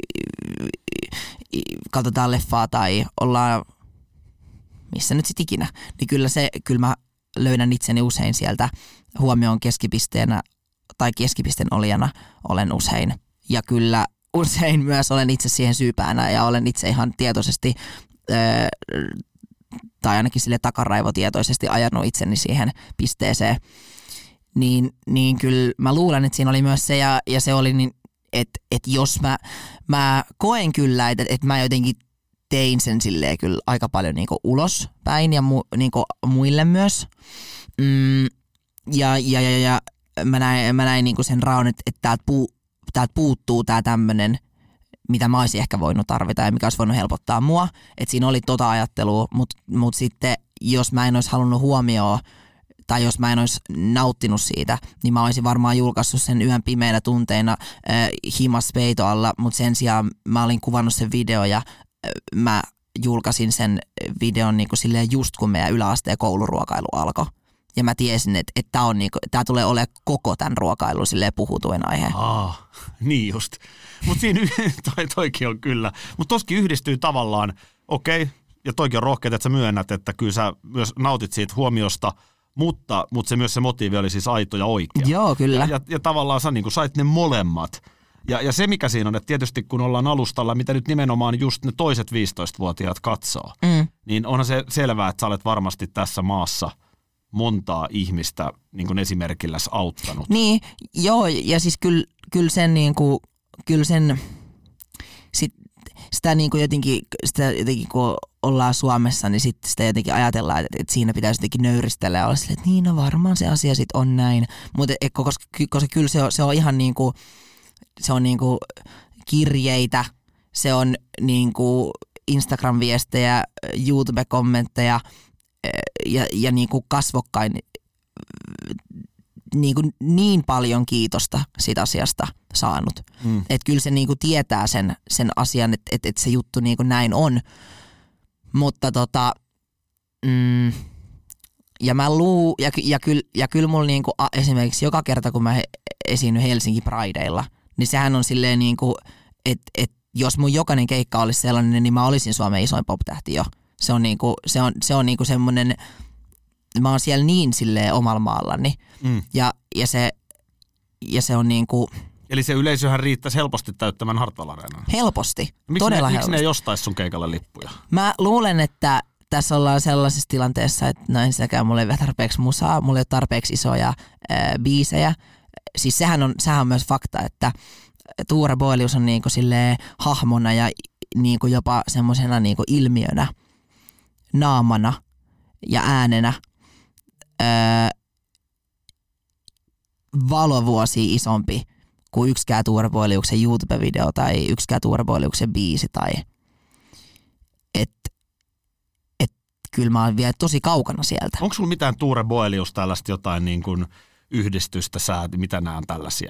katsotaan leffaa tai ollaan missä nyt sit ikinä, niin kyllä mä löydän itseni usein sieltä huomioon keskipisteenä tai keskipisteen olijana olen usein. Ja kyllä usein myös olen itse siihen syypäänä ja olen itse ihan tietoisesti tai ainakin sille takaraivotietoisesti ajanut itseni siihen pisteeseen. Niin kyllä mä luulen, että siinä oli myös se ja se oli niin, että jos mä koen kyllä, että mä jotenkin tein sen silleen kyllä aika paljon niinku ulospäin ja niinku muille myös. Ja mä näin niinku sen raon, että täältä puuttuu tää tämmönen, mitä mä olisin ehkä voinut tarvita ja mikä olisi voinut helpottaa mua. Että siinä oli ajattelua, mutta sitten jos mä en olisi halunnut huomioon tai jos mä en olisi nauttinut siitä, niin mä olisin varmaan julkaissut sen yön pimeinä tunteina himas peito alla, mutta sen sijaan mä olin kuvannut sen video ja mä julkaisin sen videon niin kuin silleen just kun meidän yläasteen kouluruokailu alkoi. Ja mä tiesin, että tää tulee olemaan koko tämän ruokailun silleen puhutuin aihe. Niin just. Mutta siinä toikin on kyllä. Mutta toskin yhdistyy tavallaan, okei, ja toikin on rohkeet, että sä myönnät, että kyllä sä myös nautit siitä huomiosta, mutta se motiivi oli siis aito ja oikea. Joo, kyllä. Ja tavallaan sä niin kuin sait ne molemmat. Ja se mikä siinä on, että tietysti kun ollaan alustalla, mitä nyt nimenomaan just ne toiset 15-vuotiaat katsoo, niin onhan se selvää, että sä olet varmasti tässä maassa montaa ihmistä niin kuin esimerkilläs auttanut. Niin, joo, ja siis kyllä sen niinku, kyllä sen, sitä niinku jotenkin kun ollaan Suomessa, niin sitten sitä jotenkin ajatellaan, että siinä pitäisi jotenkin nöyristellä ja olla silleen, että niin no varmaan se asia sitten on näin. Mutta koska kyllä se on ihan niinku, se on niinku kirjeitä, se on niinku Instagram-viestejä, YouTube-kommentteja ja niinku kasvokkain niinku niin paljon kiitosta siitä asiasta saanut. Että kyllä se niinku tietää sen asian, että se juttu niinku näin on. Mutta ja mä ja kyllä mulla niinku esimerkiksi joka kerta kun mä esiinnyn Helsinki Prideilla, niin sehän on silleen niinku, että jos mun jokainen keikka olisi sellainen, niin mä olisin Suomen isoin pop-tähti jo. Se on niinku semmoinen, mä oon siellä niin silleen omalla maallani. Ja se on niinku. Eli se yleisöhän riittäisi helposti täyttämään Hartwall Areenan. Helposti, todella helposti. Miksi ne jostaisi sun keikalle lippuja? Mä luulen, että tässä ollaan sellaisessa tilanteessa, että no ensinnäkään mulla ei ole tarpeeksi musaa, mulla ei ole tarpeeksi isoja biisejä. Siis sehän on myös fakta, että Tuure Boelius on niinku silleen hahmona ja niinku jopa semmosena niinku ilmiönä, naamana ja äänenä valovuosia isompi kuin yksikään Tuure Boeliuksen YouTube-video tai yksikään Tuure Boeliuksen biisi. Tai kyllä mä oon vielä tosi kaukana sieltä. Onko sulla mitään Tuure Boelius tällaista jotain niin kuin yhdistystä, mitä nämä on tällaisia?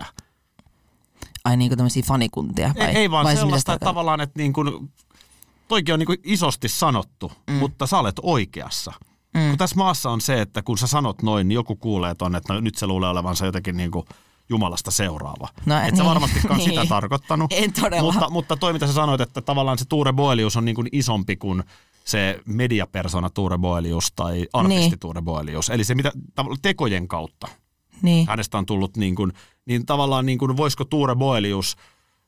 Ai niin kuin tämmöisiä fanikuntia? Ei vaan sellaista, että tavallaan, että niin kuin, toikin on niin kuin isosti sanottu, mutta sä olet oikeassa. Kun tässä maassa on se, että kun sä sanot noin, niin joku kuulee tonne, että no, nyt se luulee olevansa jotenkin niin kuin Jumalasta seuraava. No, et sä varmastikaan niin. Sitä tarkoittanut. En todella. Mutta toi, mitä sä sanoit, että tavallaan se Tuure Boelius on niin kuin isompi kuin se mediapersona Tuure Boelius tai artisti Tuure Boelius. Eli se mitä tekojen kautta hänestä on tullut niin tavallaan niin kuin voisiko Tuure Boelius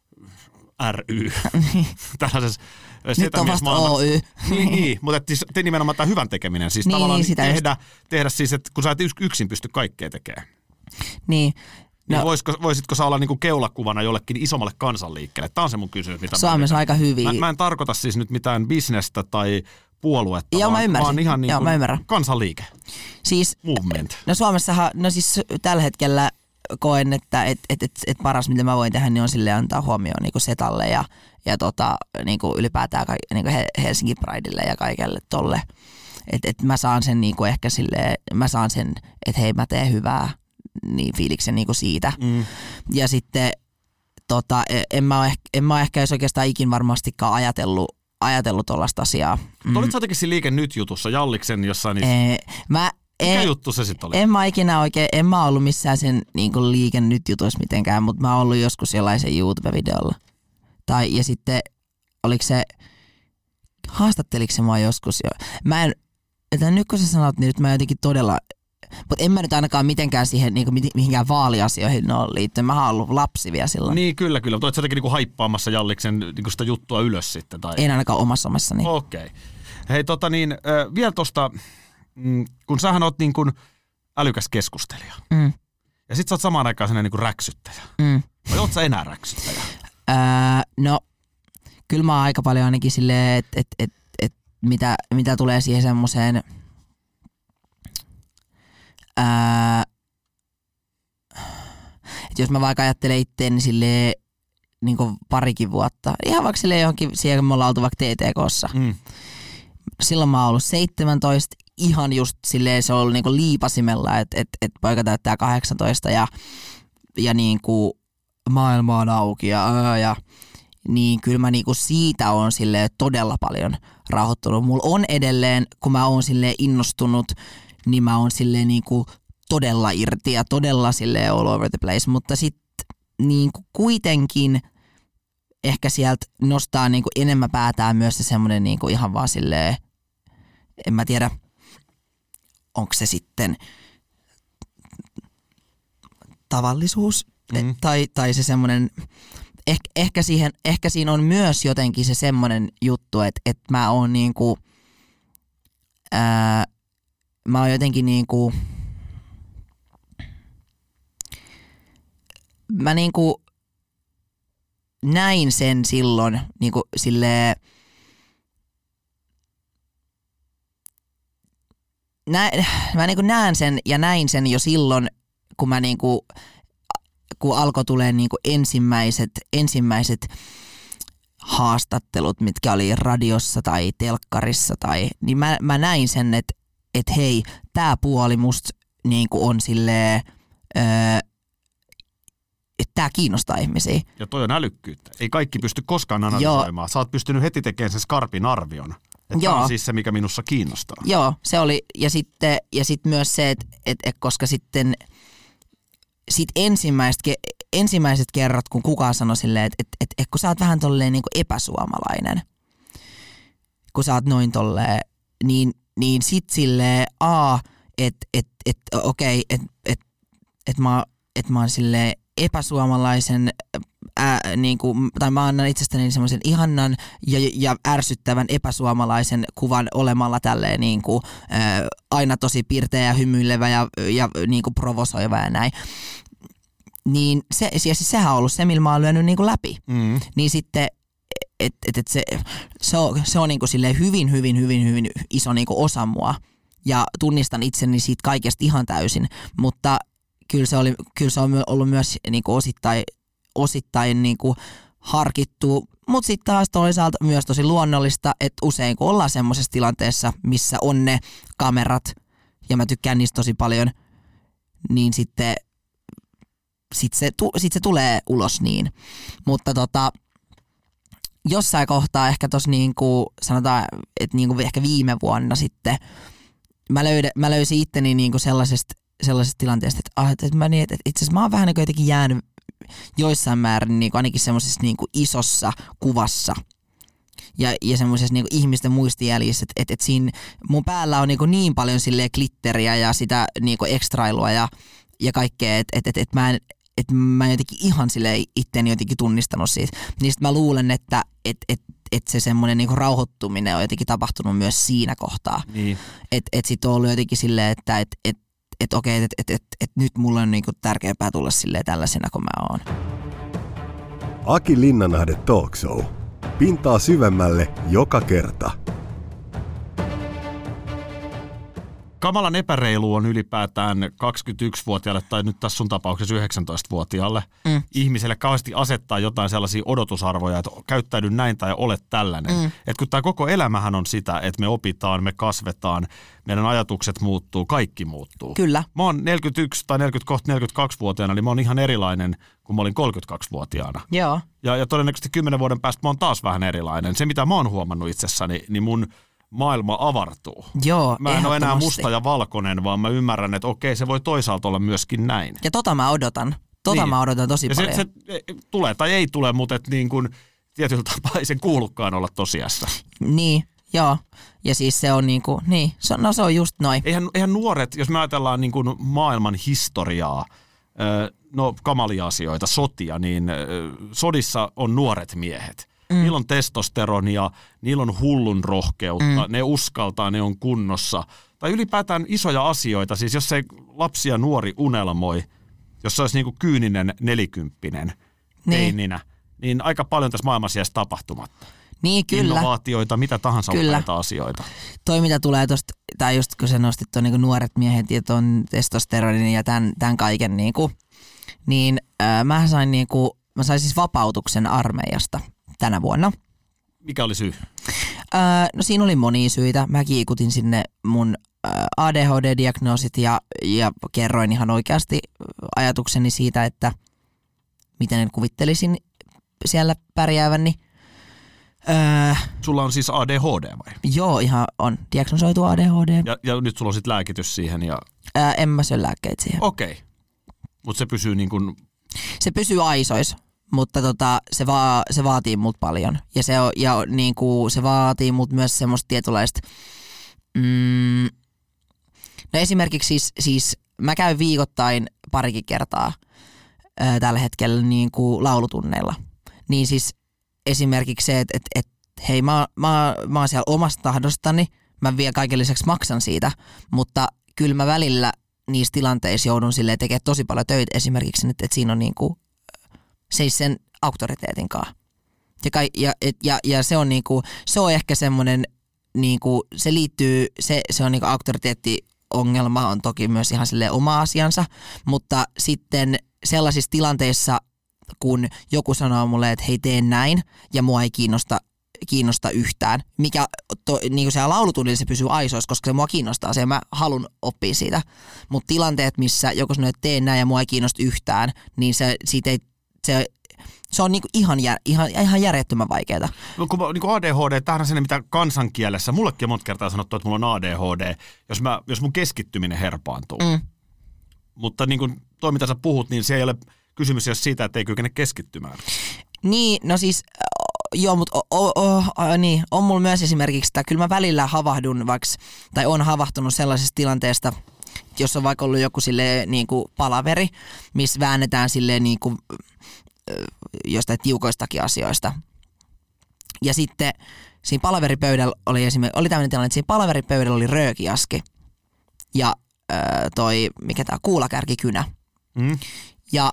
ry tällaisessa nyt on vasta Oy. Niin, mutta te nimenomaan tämä hyvän tekeminen. Siis tavallaan tehdä siis, että kun sä et yksin pysty kaikkea tekemään. Niin. No, voisitko sä olla niinku keulakuvana jollekin isommalle kansanliikkeelle? Tämä on se mun kysymys. Mitä Suomessa on aika hyvin. Mä en tarkoita siis nyt mitään bisnestä tai puoluetta, vaan ihan niin kuin kansanliike. Siis, movement. No Suomessahan, siis tällä hetkellä koen, että paras mitä mä voin tehdä, niin on silleen antaa huomioon niinku Setalle ja niinku ylipäätään niinku Helsinki Pridelle ja kaikelle tolle. Että mä saan sen niinku ehkä silleen, että hei mä teen hyvää. Niin fiiliksen niinku siitä. Ja sitten en mä ehkä edes oikeastaan ikin varmastikaan ajatellut tollaista asiaa. Olit sä jotenkin siinä Liike Nyt-jutussa Jalliksen jossain mikä juttu se sitten oli? En mä ollut missään sen niinku Liike Nyt-jutuissa mitenkään, mutta mä oon ollut joskus jollaisen YouTube-videolla. Ja sitten oliko se, haastatteliko se mua joskus jo? Nyt kun sä sanot, niin nyt mä jotenkin todella. Mutta en mä nyt ainakaan mitenkään siihen niinku mihinkään vaaliasioihin ole liittyen. Mä oon ollut lapsi vielä silloin. Niin, kyllä. Mutta olet sä jotenkin niinku haippaamassa Jalliksen niinku sitä juttua ylös sitten? Tai? En ainakaan omassa omassani. Okei. Hei vielä tosta, kun sähän oot niin kuin älykäs keskustelija. Ja sit sä oot samaan aikaan sellainen niinku räksyttäjä. Vai oot sä enää räksyttäjä? No, kyllä mä oon aika paljon ainakin silleen, että mitä tulee siihen semmoseen. Jos mä vaikka ajattelen itteeni silleen niinku parikin vuotta. Ihan vaikka silleen johonkin, siihen me ollaan oltu vaikka TTK:ssa. Silloin mä oon ollut 17, ihan just silleen se on ollut niinku liipasimella, että et poika täyttää 18 ja niinku maailma on auki ja niin kyllä mä niinku siitä on silleen todella paljon rauhoittunut. Mulla on edelleen, kun mä oon silleen innostunut, niin mä oon silleen niinku todella irti ja todella silleen all over the place, mutta sit niinku kuitenkin ehkä sieltä nostaa niinku enemmän päätään myös se semmonen niinku ihan vaan silleen, en mä tiedä, onko se sitten tavallisuus tai se semmonen, ehkä siinä on myös jotenkin se semmonen juttu, että mä oon niinku, mä oon jotenkin niinku, mä niinku näin sen silloin niinku silleen, mä niinku näen sen ja näin sen jo silloin, kun mä niinku, kun alkoi tulee niinku ensimmäiset haastattelut, mitkä oli radiossa tai telkkarissa niin mä näin sen, että hei, tää puoli musta niinku on silleen, että tää kiinnostaa ihmisiä. Ja toi on älykkyyttä. Ei kaikki pysty koskaan analysoimaan. Sä oot pystynyt heti tekemään sen skarpin arvion. Että tämä on siis se, mikä minussa kiinnostaa. Joo, se oli. Ja sitten myös se, että koska sitten ensimmäiset kerrat, kun kukaan sanoi silleen, että kun sä oot vähän tolleen niin kuin epäsuomalainen, kun sä oot noin tolleen, niin sit silleen, että okei, että mä oon silleen epäsuomalaisen, niinku, tai mä annan itsestäni semmoisen ihanan ja ärsyttävän epäsuomalaisen kuvan olemalla tälleen niinku, aina tosi pirteä ja hymyilevä ja niinku provosoiva ja näin. Niin sehän on ollut se, millä mä oon lyönyt niinku läpi. Niin sitten, se on niinku silleen hyvin iso niinku osa mua. Ja tunnistan itseni siitä kaikesta ihan täysin, mutta kyllä se on ollut myös niinku osittain niinku harkittu, mutta sitten taas toisaalta myös tosi luonnollista, että usein kun ollaan semmoisessa tilanteessa, missä on ne kamerat, ja mä tykkään niistä tosi paljon, niin sitten se tulee ulos niin. Mutta jossain kohtaa ehkä tossa niinku sanotaan, että niinku ehkä viime vuonna sitten mä löysin itteni niinku sellaisesta tilanteesta, että itse asiassa mä oon vähän niin jotenkin jäänyt joissain määrin niin ainakin semmoisessa niin isossa kuvassa ja semmoisessa niin ihmisten muistijäljissä, että siinä mun päällä on niin paljon silleen glitteriä ja sitä niin ekstrailua ja kaikkea, että mä en jotenkin ihan silleen itteni jotenkin tunnistanut siitä. Niin sit mä luulen, että se semmoinen niin rauhoittuminen on jotenkin tapahtunut myös siinä kohtaa. Niin. Että sit on ollut jotenkin silleen, että okei, että nyt mulla on niinku tärkeämpää tulla silleen tällaisena kuin mä oon. Aki Linnanahde Talk Show. Pintaa syvemmälle joka kerta. Kamalan epäreilu on ylipäätään 21-vuotiaalle tai nyt tässä sun tapauksessa 19-vuotiaalle ihmiselle kauheasti asettaa jotain sellaisia odotusarvoja, että käyttäydy näin tai ole tällainen. Että kun tämä koko elämähän on sitä, että me opitaan, me kasvetaan, meidän ajatukset muuttuu, kaikki muuttuu. Kyllä. Mä oon 41 tai 42-vuotiaana, eli mä oon ihan erilainen kuin mä olin 32-vuotiaana. Joo. Ja todennäköisesti 10 vuoden päästä mä oon taas vähän erilainen. Se, mitä mä oon huomannut itsessäni, niin mun maailma avartuu. Joo, mä en ole enää musta ja valkoinen, vaan mä ymmärrän, että okei, se voi toisaalta olla myöskin näin. Ja mä odotan. Mä odotan tosi paljon. Se tulee tai ei tule, mutta et niin kuin tietyllä tapaa ei sen kuulukaan olla tosiassa. Niin, joo. Ja siis se on niinku, niin, se on just noin. Eihän nuoret, jos me ajatellaan niin kuin maailman historiaa, kamalia asioita, sotia, niin sodissa on nuoret miehet. Niillä on testosteronia, niillä on hullun rohkeutta, ne uskaltaa, ne on kunnossa. Tai ylipäätään isoja asioita, siis jos ei lapsi ja nuori unelmoi, jos se olisi niin kuin kyyninen 40 teininä, niin aika paljon tässä maailmassa jäisi tapahtumatta. Niin, kyllä. Innovaatioita, mitä tahansa upeita asioita. Toi mitä tulee tuosta, tai just kun sä nostit tuon niin nuoret miehet ja tuon testosteronin ja tämän kaiken, niin mä sain mä sain siis vapautuksen armeijasta tänä vuonna. Mikä oli syy? No siinä oli monia syitä. Mä kiikutin sinne mun ADHD-diagnoosit ja kerroin ihan oikeasti ajatukseni siitä, että miten kuvittelisin siellä pärjääväni. Sulla on siis ADHD vai? Joo, ihan on diagnosoitu ADHD. Ja nyt sulla on sit lääkitys siihen ja... En mä syö lääkkeitä siihen. Okei. Mutta se pysyy niin kuin... Se pysyy aisois, mutta se vaatii mut paljon. Ja niinku, se vaatii mut myös semmoista tietynlaista... No esimerkiksi siis mä käyn viikoittain parikin kertaa tällä hetkellä niinku laulutunneilla. Niin siis esimerkiksi se, että hei mä oon siellä omasta tahdostani, mä vielä kaiken lisäksi maksan siitä, mutta kyllä mä välillä niissä tilanteissa joudun silleen tekemään tosi paljon töitä esimerkiksi, että siinä on niinku seis sen auktoriteetin kanssa. Ja se on niinku, se on ehkä semmoinen niinku, se liittyy, se on niinku auktoriteettiongelma on toki myös ihan silleen oma asiansa, mutta sitten sellaisissa tilanteissa, kun joku sanoo mulle, että hei tee näin ja mua ei kiinnosta yhtään, mikä niinku siellä laulutunnilla se pysyy aisoissa, koska se mua kiinnostaa se ja mä haluan oppia siitä. Mutta tilanteet, missä joku sanoo, että tee näin ja mua ei kiinnosta yhtään, niin se on niinku ihan järjettömän vaikeaa. No, kun niinku ADHD, tämähän on se, mitä kansankielessä, mullekin on monta kertaa sanottu, että mulla on ADHD, jos mun keskittyminen herpaantuu. Mutta niin kuin toi, mitä sä puhut, niin se ei ole kysymys jos siitä, että ei kykene keskittymään. Niin, no siis, joo, mutta niin, on mulla myös esimerkiksi, että kyllä mä välillä havahdun tai on havahtunut sellaisesta tilanteesta, jos on vaikka ollut joku silleen niin kuin palaveri, missä väännetään silleen niin kuin jostain tiukoistakin asioista. Ja sitten siinä palaveripöydällä oli tämmöinen tilanne, että siinä palaveripöydällä oli röökiaski ja mikä tää kuulakärkikynä. Ja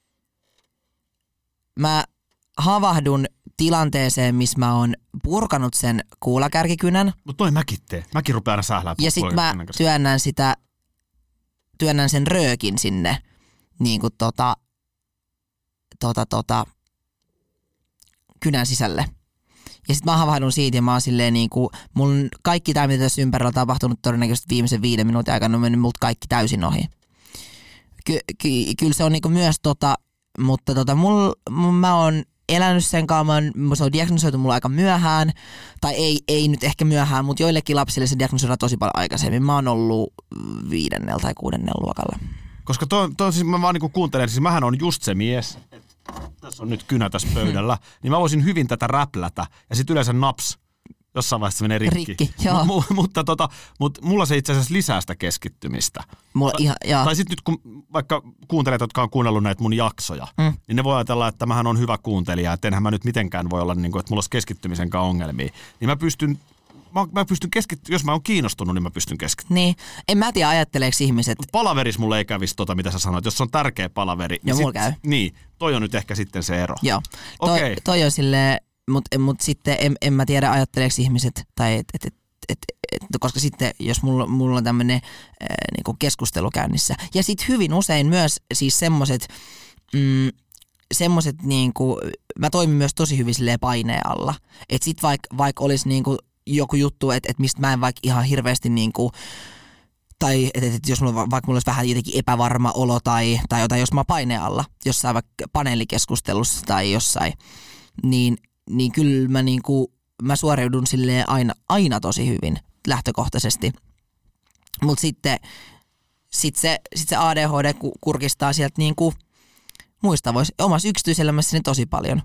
mä havahdun tilanteeseen, missä mä oon purkanut sen kuulakärkikynän. Mutta toi mäkin tee. Mäkin rupean aina sählää. Ja sit mä työnnän sen röökin sinne niinku kynän sisälle. Ja sit mä havahdun siitä ja mä oon silleen niinku, mun kaikki tämä, mitä tässä ympärillä on tapahtunut todennäköisesti viimeisen 5 minuutin aikana on mennyt multa kaikki täysin ohi. Kyllä se on niinku myös mutta mä oon elänyt sen kanssa, se on diagnosoitu mulla aika myöhään, tai ei nyt ehkä myöhään, mutta joillekin lapsille se diagnosoidaan tosi paljon aikaisemmin. Mä oon ollut 5. tai 6. luokalla. Koska siis mä vaan niinku kuuntelen, siis mähän on just se mies, tässä on nyt kynä tässä pöydällä, niin mä voisin hyvin tätä räplätä, ja sit yleensä naps, jossain vaiheessa se menee rikki. Joo. Mutta mulla se itse asiassa lisää sitä keskittymistä. Tai sitten nyt kun vaikka kuuntelijat, jotka on kuunnellut näitä mun jaksoja, niin ne voi ajatella, että mähän on hyvä kuuntelija, että enhän mä nyt mitenkään voi olla, niin kuin, että mulla olisi keskittymisen kanssa ongelmia. Niin mä pystyn keskittymään, jos mä oon kiinnostunut, niin mä pystyn keskittymään. Niin, en mä tiedä ajatteleeko ihmiset. Palaveris mulle ei kävisi mitä sä sanoit, jos se on tärkeä palaveri. Joo, mulla käy. Niin, toi on nyt ehkä sitten se ero. Joo, toi on silleen, mut sitten en mä tiedä ajatteleeko ihmiset, tai koska sitten jos mulla on tämmönen niinku keskustelu käynnissä. Ja sitten hyvin usein myös siis semmoset niinku, mä toimin myös tosi hyvin silleen paineen alla. Että sit vaikka olisi niinku joku juttu, että mistä mä en vaikka ihan hirveästi niinku, tai että jos mulla olisi vähän jotenkin epävarma olo tai jotain, jos mä oon paineen alla, jossain vaikka paneelikeskustelussa tai jossain, niin kyllä mä suoriudun silleen aina tosi hyvin lähtökohtaisesti. Mutta sitten se ADHD kurkistaa sieltä niinku muista voisi omassa yksityiselämässäni tosi paljon.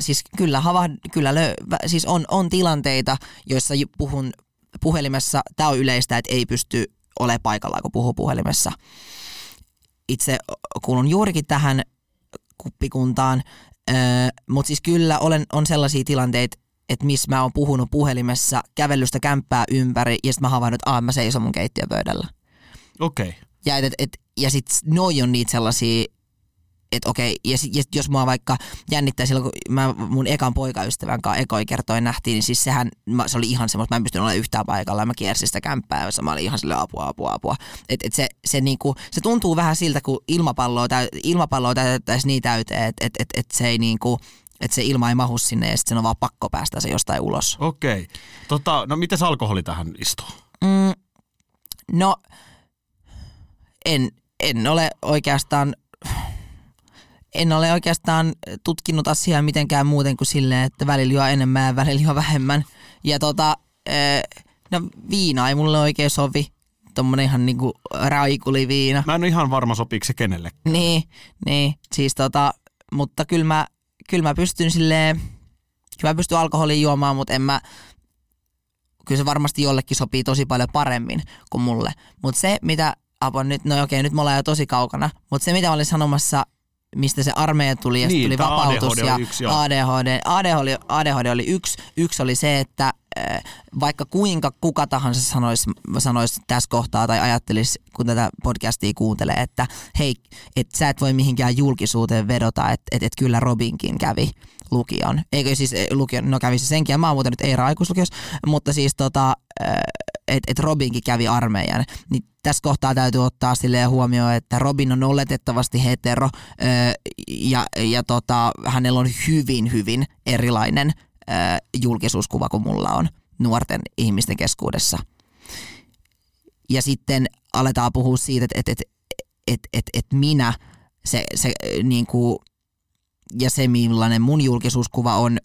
Siis on tilanteita, joissa puhun puhelimessa. Tämä on yleistä, että ei pysty olemaan paikalla, kun puhuu puhelimessa. Itse kuulun juurikin tähän kuppikuntaan, mutta siis kyllä on sellaisia tilanteita, että missä mä oon puhunut puhelimessa kävellystä kämppää ympäri ja sitten mä havahdun, että mä seison mun keittiöpöydällä. Okei. Ja sit noi on niitä sellaisia, et okei, ja jos mua vaikka jännittää silloin, kun mä mun ekan poikaystävän kanssa ekoi kertoin nähtiin, niin siis se oli ihan semmoista, mä en pystynyt olemaan yhtään paikalla, ja mä kiersin sitä kämppää, ja mä olin ihan silleen apua. Se niinku, se tuntuu vähän siltä, kun ilmapalloa täytettäisiin niin täyteen, että se ei niinku, että se ilma ei mahu sinne, ja sitten sen on vaan pakko päästä se jostain ulos. Okei. No mites alkoholi tähän istuu? No, en ole oikeastaan tutkinut asiaa mitenkään muuten kuin silleen, että välillä juo enemmän ja välillä juo vähemmän. Ja no viina ei mulle oikein sovi. Tommonen ihan niinku raikuliviina. Mä en ole ihan varma, sopiiko se kenelle. Niin, siis mutta kyllä mä pystyn silleen, kyllä mä pystyn alkoholiin juomaan, mutta kyllä se varmasti jollekin sopii tosi paljon paremmin kuin mulle. Mutta se, mitä nyt me ollaan jo tosi kaukana, mutta se, mitä mä olin sanomassa, mistä se armeija tuli ja tuli vapautus ja ADHD oli yksi. Yksi oli se, että vaikka kuka tahansa sanoisi tässä kohtaa tai ajattelisi, kun tätä podcastia kuuntelee, että hei, että sä et voi mihinkään julkisuuteen vedota, että kyllä Robinkin kävi lukion. Eikö siis lukion, no kävi se senkin, ja mä oon muuten nyt Eira aikuislukiossa, mutta siis että Robinkin kävi armeijan, niin tässä kohtaa täytyy ottaa silleen huomioon, että Robin on oletettavasti hetero ja hänellä on hyvin erilainen julkisuuskuva kuin mulla on nuorten ihmisten keskuudessa. Ja sitten aletaan puhua siitä, että minä, se niinku, ja se millainen mun julkisuuskuva on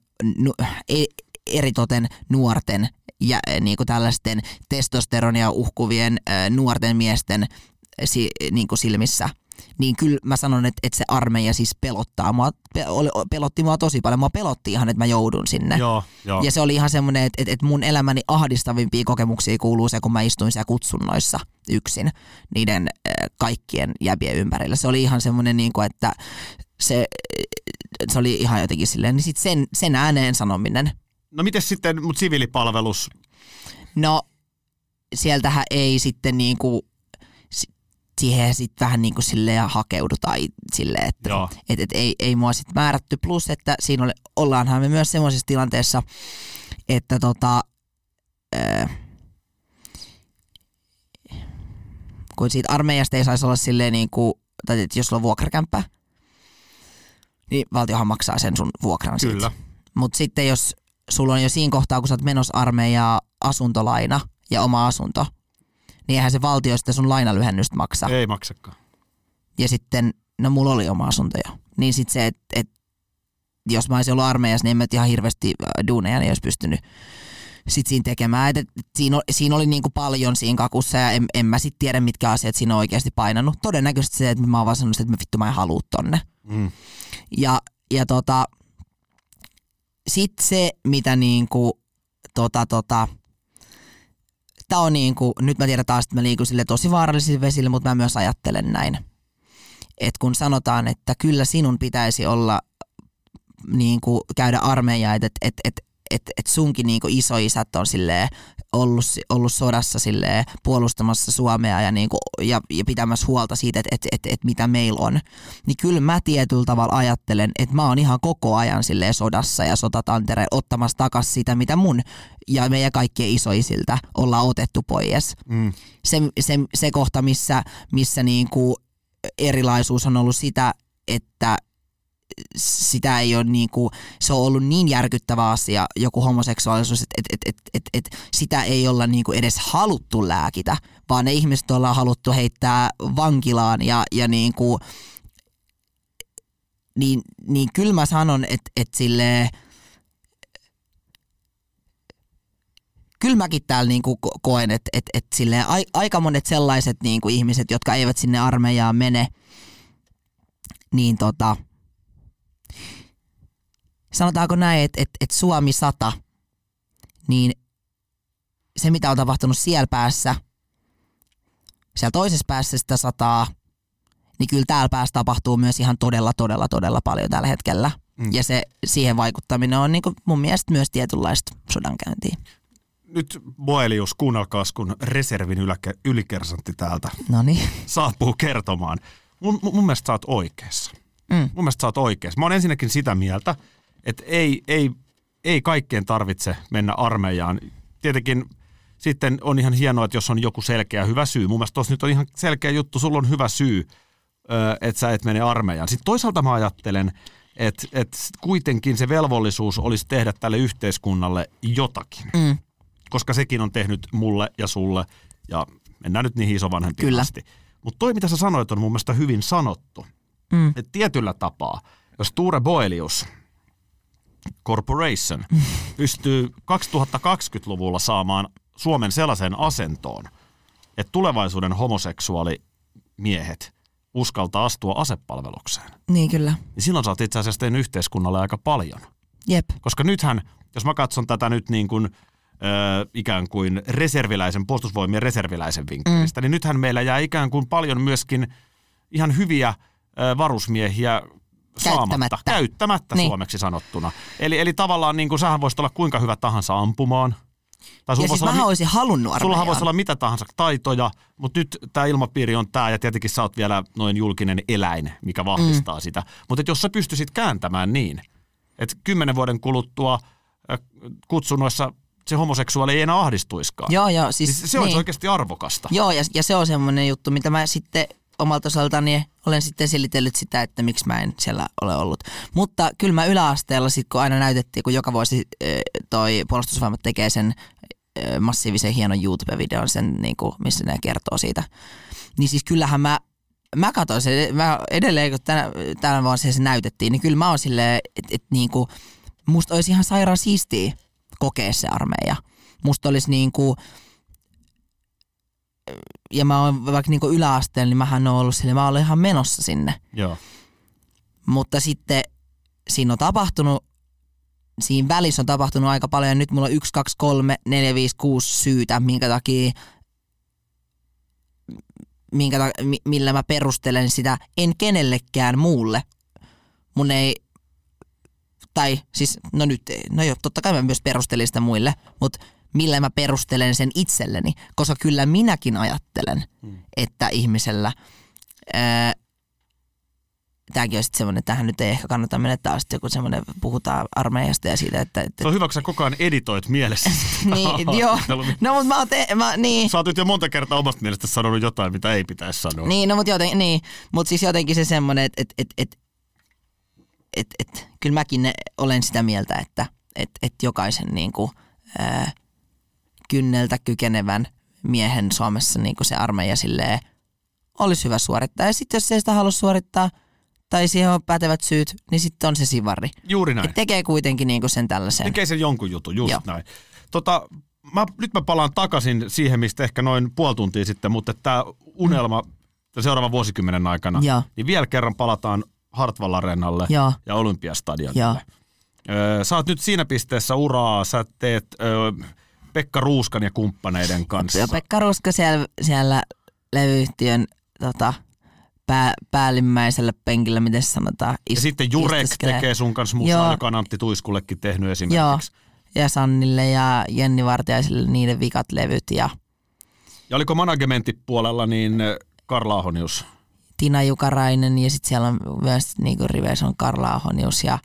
eritoten nuorten ja niinku tällaisten testosteronia uhkuvien nuorten miesten niinku silmissä, niin kyllä mä sanon, että se armeija siis pelotti mua tosi paljon. Mua pelotti ihan, että mä joudun sinne. Joo. Ja se oli ihan semmoinen, että mun elämäni ahdistavimpia kokemuksia kuuluu se, kun mä istuin siellä kutsunnoissa yksin niiden kaikkien jäbien ympärillä. Se oli ihan semmoinen, niin että se oli ihan jotenkin silleen, niin sit sen ääneen sanominen. No miten sitten mut siviilipalvelus? No sieltähän ei sitten niinku, siihen sitten vähän niinku silleen hakeudutaan silleen, että ei mua sitten määrätty. Plus, että siinä ollaanhan me myös semmoisessa tilanteessa, että kun siitä armeijasta ei saisi olla silleen niinku, tai että jos sulla on vuokrakämppä, niin valtiohan maksaa sen sun vuokran siitä. Kyllä. Mutta sitten jos sulla on jo siinä kohtaa, kun sä oot menossa armeijaa, asuntolaina ja oma asunto, niin eihän se valtio sitä sun lainalyhennystä maksaa. Ei maksakaan. Ja sitten, no mulla oli oma asunto jo. Niin sit se, että jos mä olisin ollut armeijassa, niin en mä ihan hirveästi duuneja, niin olisi pystynyt sit siinä tekemään. Siinä oli niinku paljon siinä kakussa ja en mä sit tiedä, mitkä asiat siinä on oikeasti painanut. Todennäköisesti se, että mä oon vaan sanonut, että mä en halua tonne. Ja sit se, mitä niinku tää on niinku, nyt mä tiedän taas, että mä liikun sille tosi vaarallisille vesille, mutta mä myös ajattelen näin. Että kun sanotaan, että kyllä sinun pitäisi olla niinku käydä armeijaa, että sunkin niinku isoisät on silleen ollut sodassa silleen puolustamassa Suomea ja niinku ja pitämässä huolta siitä, että mitä meillä on. Niin kyllä mä tietyllä tavalla ajattelen, että mä oon ihan koko ajan silleen sodassa ja sotatantereen ottamassa takas sitä, mitä mun ja meidän kaikkien isoisiltä ollaan otettu pois. Se kohta, missä niinku erilaisuus on ollut sitä, että sitä ei ole niinku, se on ollut niin järkyttävä asia, joku homoseksuaalisuus, että sitä ei olla niinku edes haluttu lääkitä, vaan ne ihmiset ollaan haluttu heittää vankilaan ja niinku, niin kyllä mä sanon, että silleen, kyllä mäkin täällä niinku koen, että silleen aika monet sellaiset niinku ihmiset, jotka eivät sinne armeijaan mene, niin sanotaanko näin, että Suomi 100, niin se mitä on tapahtunut siellä päässä, siellä toisessa päässä sitä 100, niin kyllä täällä päässä tapahtuu myös ihan todella paljon tällä hetkellä. Ja siihen vaikuttaminen on niin kuin mun mielestä myös tietynlaista sodankäyntiä. Nyt Boelius, kuunnelkaas, kun reservin ylikersantti täältä Noniin. saapuu kertomaan. Mun mielestä sä oot oikeassa. Mun mielestä sä oot oikeassa. Mä oon ensinnäkin sitä mieltä, että ei kaikkeen tarvitse mennä armeijaan. Tietenkin sitten on ihan hienoa, että jos on joku selkeä hyvä syy. Mun mielestä tuossa nyt on ihan selkeä juttu, sulla on hyvä syy, että sä et mene armeijaan. Sitten toisaalta mä ajattelen, että kuitenkin se velvollisuus olisi tehdä tälle yhteiskunnalle jotakin. Koska sekin on tehnyt mulle ja sulle, ja mennään nyt niihin isovanhempiin asti. Mutta toi, mitä sä sanoit, on mun mielestä hyvin sanottu. Että tietyllä tapaa, jos Ture Boelius Corporation pystyy 2020-luvulla saamaan Suomen sellaiseen asentoon, että tulevaisuuden homoseksuaalimiehet uskaltaa astua asepalvelukseen. Niin kyllä. Niin silloin sä oot itse asiassa tehnyt yhteiskunnalle aika paljon. Jep. Koska nythän, jos mä katson tätä nyt niin kuin ikään kuin puolustusvoimien reserviläisen vinkkelistä, niin nythän meillä jää ikään kuin paljon myöskin ihan hyviä varusmiehiä käyttämättä niin. Suomeksi sanottuna. Eli tavallaan niin kuin sähän voisit olla kuinka hyvä tahansa ampumaan. Tai ja siis mähän olisin halunnut armeijaan. Sullahan voisi olla mitä tahansa taitoja, mutta nyt tämä ilmapiiri on tämä, ja tietenkin sä oot vielä noin julkinen eläin, mikä vahvistaa sitä. Mutta jos sä pystyisit kääntämään niin, että 10 vuoden kuluttua kutsunnoissa se homoseksuaali ei enää ahdistuiskaan. Joo, siis se olisi oikeasti arvokasta. Joo, ja se on semmoinen juttu, mitä mä sitten omalta osaltani olen sitten selitellyt sitä, että miksi mä en siellä ole ollut. Mutta kyllä mä yläasteella sitten, kun aina näytettiin, kun joka vuosi toi puolustusvoimat tekee sen massiivisen hienon YouTube-videon, sen, niin kuin, missä ne kertoo siitä. Niin siis kyllähän mä katsoin se, edelleen kun tänä vuonna se näytettiin, niin kyllä mä oon silleen, että niin kuin, musta olisi ihan sairaan siistiä kokea se armeija. Musta olisi niin kuin, ja mä oon vaikka niinku yläasteella, niin mähän oon ollut sille, mä olen ihan menossa sinne. Joo. Mutta sitten siinä välissä on tapahtunut aika paljon, ja nyt mulla on 1, 2, 3, 4, 5, 6 syytä, millä mä perustelen sitä, en kenellekään muulle. Mun ei, tai siis, totta kai mä myös perustelin sitä muille, mutta millä mä perustelen sen itselleni, koska kyllä minäkin ajattelen, että ihmisellä, tämäkin on sitten semmoinen, tähän nyt ei ehkä kannata mennä taas joku semmoinen, puhutaan armeijasta ja siitä, että se on hyvä, kun sä koko ajan editoit mielessä. Niin, joo. No, mutta niin. Sä oot nyt jo monta kertaa omasta mielestä sanonut jotain, mitä ei pitäisi sanoa. Niin, no mutta siis jotenkin se semmoinen, että kyllä mäkin olen sitä mieltä, että jokaisen niinku, kynneltä kykenevän miehen Suomessa niin kuin se armeija silleen olisi hyvä suorittaa. Ja sitten jos ei sitä halua suorittaa tai siihen on pätevät syyt, niin sitten on se sivari. Juuri näin. Et tekee kuitenkin niin kuin sen tällaisen. Tekee sen jonkun jutun, just Joo. näin. Nyt mä palaan takaisin siihen, mistä ehkä noin puoli tuntia sitten, mutta tämä unelma seuraavan vuosikymmenen aikana, niin vielä kerran palataan Hartwall Areenalle ja Olympiastadionille. Sä oot nyt siinä pisteessä uraa, sä teet Pekka Ruuskan ja kumppaneiden kanssa. Ja Pekka Ruuska siellä levyyhtiön päällimmäisellä penkillä, miten sanotaan. Ja sitten Jurek tekee sun kanssa musaa, joka on Antti Tuiskullekin tehnyt esimerkiksi. Joo, ja Sannille ja Jenni Vartiaiselle niiden vikat levyt. Ja oliko managementtipuolella niin Karla Ahonius? Tina Jukarainen ja sitten siellä on myös niinku riveissä on Karla Ahonius ja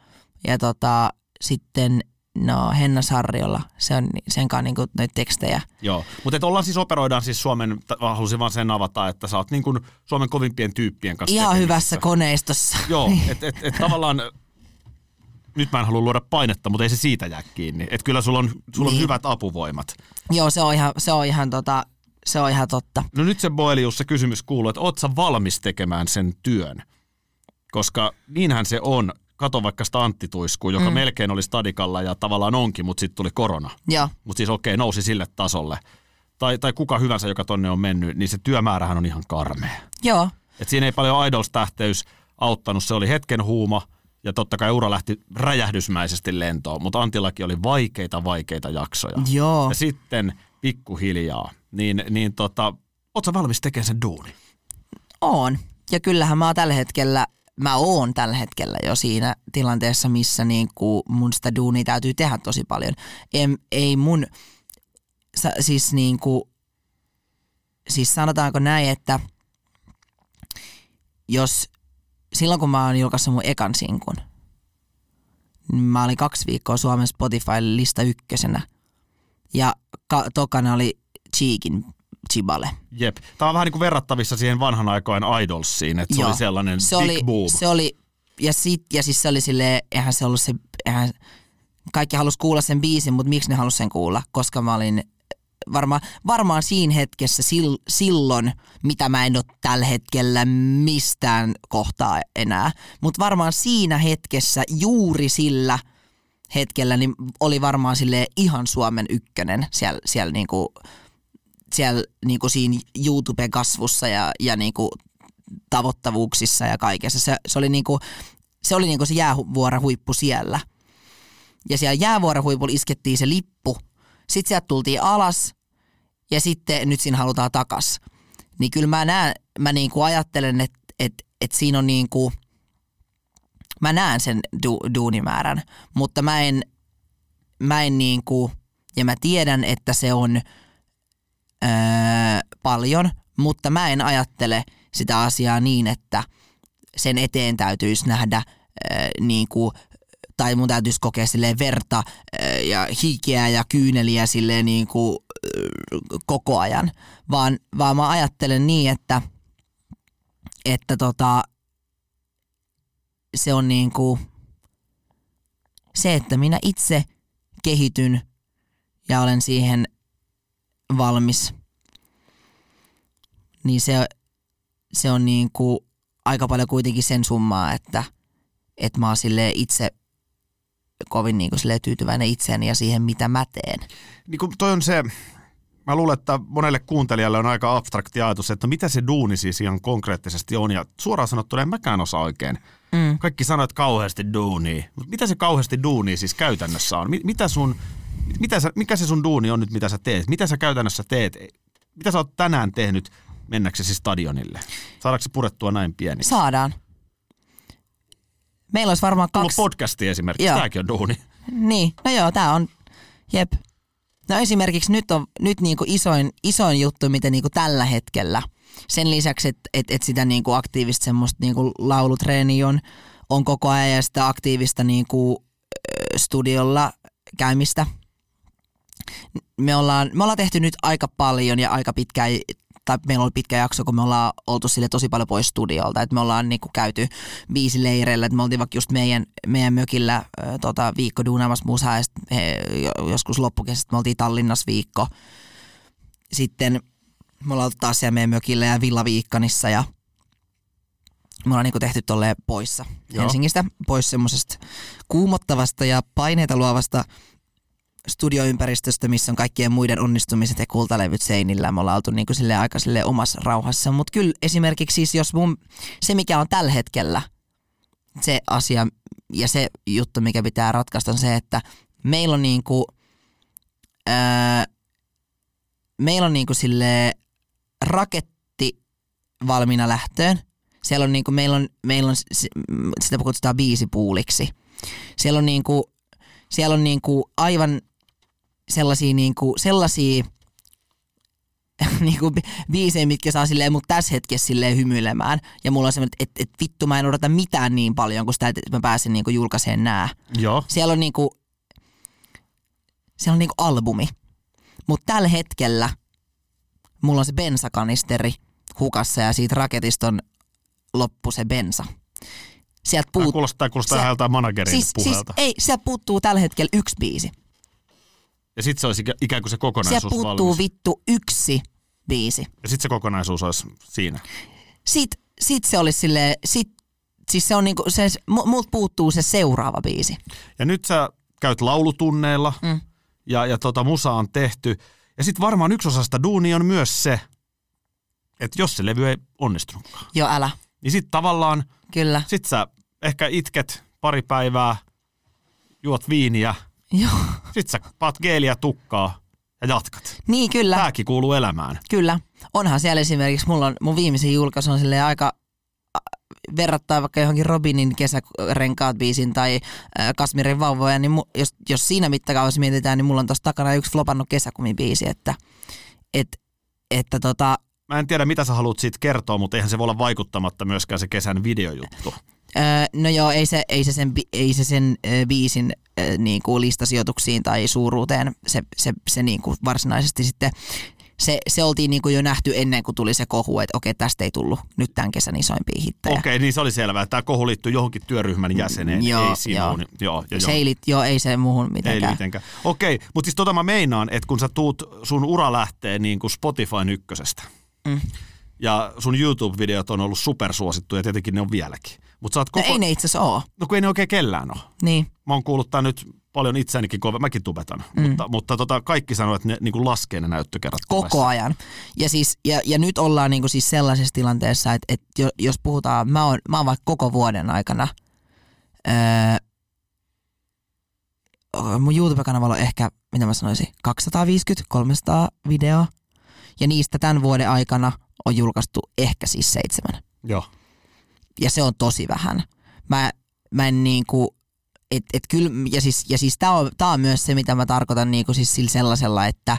sitten Henna Sarriolla, sen kanssa niinku noita tekstejä. Joo, mutta ollaan siis operoidaan siis Suomen, halusin vaan sen avata, että sä oot niinku Suomen kovimpien tyyppien kanssa ihan hyvässä koneistossa. Joo, että tavallaan, nyt mä en halua luoda painetta, mutta ei se siitä jää kiinni. Että kyllä sulla on hyvät apuvoimat. Joo, se on ihan totta. No nyt se Boelius, se kysymys kuuluu, että oot sä valmis tekemään sen työn? Koska niinhän se on. Kato vaikka sitä Antti Tuiskua, joka melkein oli stadikalla ja tavallaan onkin, mutta sitten tuli korona. Mutta siis nousi sille tasolle. Tai kuka hyvänsä, joka tonne on mennyt, niin se työmäärähän on ihan karmea. Joo. Et siinä ei paljon Idols-tähteys auttanut, se oli hetken huuma ja totta kai ura lähti räjähdysmäisesti lentoon, mutta Antillakin oli vaikeita jaksoja. Joo. Ja sitten pikkuhiljaa, oot sä valmis tekemään sen duuni? Oon. Ja kyllähän mä oon tällä hetkellä jo siinä tilanteessa, missä niinku mun sitä duunia täytyy tehdä tosi paljon. Siis sanotaanko näin, että jos silloin kun mä oon julkaissut mun ekan sinkun, niin mä olin 2 viikkoa Suomen Spotify-lista 1. Ja tokana oli Cheekin Chibale. Jep. Tää on vähän niin kuin verrattavissa siihen vanhan aikojen Idolsiin, että se oli sellainen big boom. Se oli, ja siis se oli silleen, kaikki halusi kuulla sen biisin, mutta miksi ne halusi sen kuulla? Koska mä olin varmaan siinä hetkessä silloin, mitä mä en ole tällä hetkellä mistään kohtaa enää, mutta varmaan siinä hetkessä, juuri sillä hetkellä, niin oli varmaan silleen ihan Suomen ykkönen siellä niinku siinä YouTube-kasvussa ja niinku tavoittavuuksissa ja kaikessa. Se oli niinku se jäävuoren huippu siellä. Ja siellä jäävuoren huipulla iskettiin se lippu. Sitten sieltä tultiin alas ja sitten nyt siinä halutaan takas. Niin kyllä mä niinku ajattelen, että siinä on niinku, mä näen sen duunimäärän, mutta mä en niinku, ja mä tiedän, että se on paljon, mutta mä en ajattele sitä asiaa niin, että sen eteen täytyisi nähdä niinku, tai mun täytyisi kokea silleen verta ja hikeä ja kyyneliä silleen niinku koko ajan, vaan mä ajattelen niin, että se on niinku se, että minä itse kehityn ja olen siihen valmis, niin se on niinku aika paljon kuitenkin sen summaa, että mä oon silleen itse kovin niinku silleen tyytyväinen itseeni ja siihen, mitä mä teen. Niin kuin toi on se, mä luulen, että monelle kuuntelijalle on aika abstrakti ajatus, että mitä se duuni siis ihan konkreettisesti on. Ja suoraan sanottuna en mäkään osaa oikein. Kaikki sanoo, että kauheasti duunia. Mutta mitä se kauheasti duunia siis käytännössä on? Mikä se sun duuni on nyt, mitä sä teet? Mitä sä käytännössä teet? Mitä sä oot tänään tehnyt mennäksesi stadionille? Saadaanko se purettua näin pieni? Saadaan. Meillä olisi varmaan 2... podcasti esimerkiksi, tämäkin on duuni. Niin, no joo, tää on, jep. No esimerkiksi nyt niinku isoin juttu, mitä niinku tällä hetkellä, sen lisäksi, että sitä niinku aktiivista semmoista niinku laulutreeniä on koko ajan ja sitä aktiivista niinku studiolla käymistä. Me ollaan tehty nyt aika paljon ja aika pitkään, tai meillä oli pitkä jakso, kun me ollaan oltu sille tosi paljon pois studiolta, että me ollaan niinku käyty biisileireillä, että me oltiin vaikka just meidän mökillä viikko duunaamassa musaa, ja joskus loppukesästä me oltiin Tallinnassa viikko. Sitten me ollaan oltu taas siellä meidän mökillä ja Villaviikkanissa, ja me ollaan niinku tehty tolleen poissa Helsingistä, pois semmosesta kuumottavasta ja paineita luovasta studioympäristöstä, missä on kaikkien muiden onnistumiset ja kultalevyt seinillä. Me ollaan oltu niinku aika omassa rauhassa. Mutta kyllä esimerkiksi siis jos se mikä on tällä hetkellä se asia ja se juttu, mikä pitää ratkaista, on se, että meillä on raketti valmiina lähtöön. Siellä on meillä on sitä kutsutaan biisipuuliksi. Siellä on aivan sellaisia biisejä, mitkä saa mut tässä hetkessä hymyilemään. Ja mulla on semmoinen, että vittu mä en odota mitään niin paljon, kun sitä, että mä pääsen julkaiseen nää. Joo. Siellä on albumi. Mutta tällä hetkellä mulla on se bensakanisteri hukassa ja siitä raketista on loppu se bensa. Sieltä kuulostaa joltain managerin puheelta. Sieltä puuttuu tällä hetkellä 1 biisi. Ja sit se olisi ikään kuin se kokonaisuus sieltä puuttuu valmis. Vittu 1 biisi. Ja sit se kokonaisuus olisi siinä. Sit se olisi silleen, siis se on multa puuttuu se seuraava biisi. Ja nyt sä käyt laulutunneilla ja musa on tehty. Ja sit varmaan yksi osa sitä duunia on myös se, että jos se levy ei onnistunutkaan. Joo, älä. Niin sit tavallaan, kyllä. Sit sä ehkä itket pari päivää, juot viiniä. Joo. Sit sä paat geeliä tukkaa ja jatkat. Niin, kyllä. Tääkin kuuluu elämään. Kyllä. Onhan siellä esimerkiksi, mun viimeisen julkaisu on silleen aika verrattaa vaikka johonkin Robinin kesärenkaat biisin tai Kasmirin vauvoja, niin jos siinä mittakaavassa mietitään, niin mulla on tossa takana 1 flopannut kesäkumibiisi, että Mä en tiedä, mitä sä haluat siitä kertoa, mutta eihän se voi olla vaikuttamatta myöskään se kesän videojuttu. No joo, ei se sen biisin niinku listasijoituksiin tai suuruuteen se niinku varsinaisesti sitten, se oltiin niinku jo nähty ennen kuin tuli se kohu, että okei, tästä ei tullut nyt tämän kesän isoimpia hittejä. Okei, niin se oli selvää. Tämä kohu liittyy johonkin työryhmän jäseneen, ei sinuun. Ei se muuhun mitenkään. Ei mitenkään. Okei, mutta siis mä meinaan, että kun sä tuut, sun ura lähtee niin kuin Spotifyn ykkösestä. Ja sun YouTube-videot on ollut supersuosittuja, tietenkin ne on vieläkin. Mut sä oot ei ne itse asiassa oo. No kun ei ne oikein kellään ole. Niin. Mä oon kuullut tän nyt paljon itseänikin, mäkin tubetan. Mutta kaikki sanoo, että ne niin laskee ne näyttökerrat. Koko ajan. Ja, siis, ja nyt ollaan niin kuin siis sellaisessa tilanteessa, että jos puhutaan, mä oon vaikka koko vuoden aikana, mun YouTube-kanavalla on ehkä, mitä mä sanoisin, 250-300 videoa. Ja niistä tämän vuoden aikana on julkaistu ehkä siis 7. Joo. Ja se on tosi vähän. Mä en niinku, kyllä, ja siis tää on myös se, mitä mä tarkoitan niinku siis sillä sellaisella, että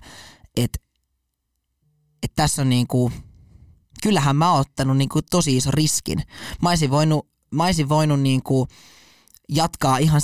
tässä on niinku, kyllähän mä oon ottanut niinku tosi iso riskin. Mä olisin voinut niinku jatkaa ihan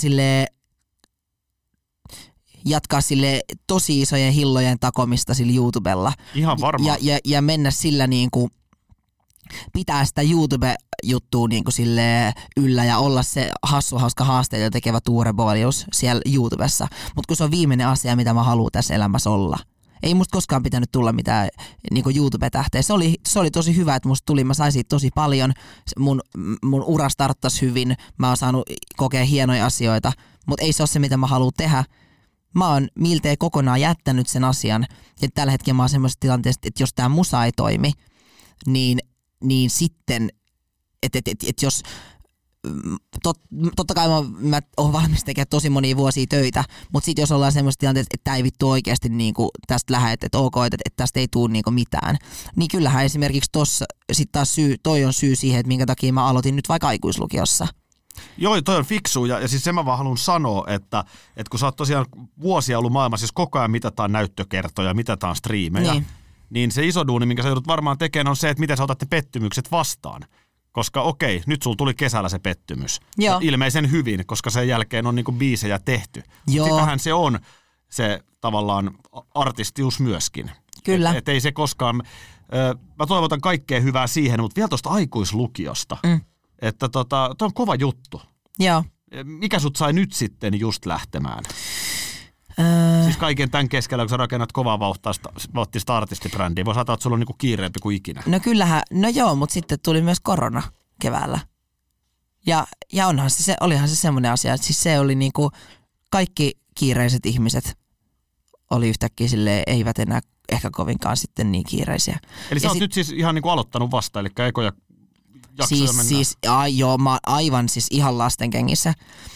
sille tosi isojen hillojen takomista sillä YouTubella. Ihan varmaan. Ja mennä sillä niinku, pitää sitä YouTube-juttua niinku sille yllä ja olla se hauska haasteita tekevä Tuure Boelius siellä YouTubessa. Mutta kun se on viimeinen asia, mitä mä haluan tässä elämässä olla. Ei musta koskaan pitänyt tulla mitään niinku YouTube-tähteä. Se oli tosi hyvä, että musta tuli. Mä sain siitä tosi paljon. Mun ura starttasi hyvin. Mä oon saanut kokea hienoja asioita. Mutta ei se ole se, mitä mä haluan tehdä. Mä oon miltei kokonaan jättänyt sen asian. Ja tällä hetkellä mä oon semmoisessa tilanteessa, että jos tää musa ei toimi, niin sitten, että jos, totta kai mä oon valmis tekemään tosi monia vuosia töitä, mutta sitten jos ollaan semmoisessa tilanteessa, että tää ei vittu oikeasti niinku tästä lähde, että ok, että tästä ei tule niinku mitään, niin kyllähän esimerkiksi tossa sit taas toi on syy siihen, että minkä takia mä aloitin nyt vaikka aikuislukiossa. Joo, toi on fiksu ja siis sen mä vaan haluan sanoa, että kun sä oot tosiaan vuosia ollut maailmassa, jos koko ajan mitataan näyttökertoja, mitataan striimejä, niin se iso duuni, minkä sä joudut varmaan tekemään, on se, että miten sä otat ne pettymykset vastaan. Koska okei, nyt sulla tuli kesällä se pettymys. Joo. Ilmeisen hyvin, koska sen jälkeen on niinku biisejä tehty. Sitähän se on se tavallaan artistius myöskin. Kyllä. Et ei se koskaan, mä toivotan kaikkea hyvää siihen, mutta vielä tuosta aikuislukiosta. Että toi on kova juttu. Joo. Mikä sut sai nyt sitten just lähtemään? Siis kaiken tämän keskellä, kun sä rakennat kovaa vauhtista artistibrändiä, voi sanoa, että sulla on niinku kiireempi kuin ikinä. No kyllähän, no joo, mutta sitten tuli myös korona keväällä. Ja olihan se semmoinen asia, että siis se oli niinku, kaikki kiireiset ihmiset oli yhtäkkiä silleen, eivät enää ehkä kovinkaan sitten niin kiireisiä. Eli sä oot nyt siis ihan niinku aloittanut vasta, eli ekoja jaksoja mennään. Siis joo, mä aivan siis ihan lastenkengissä.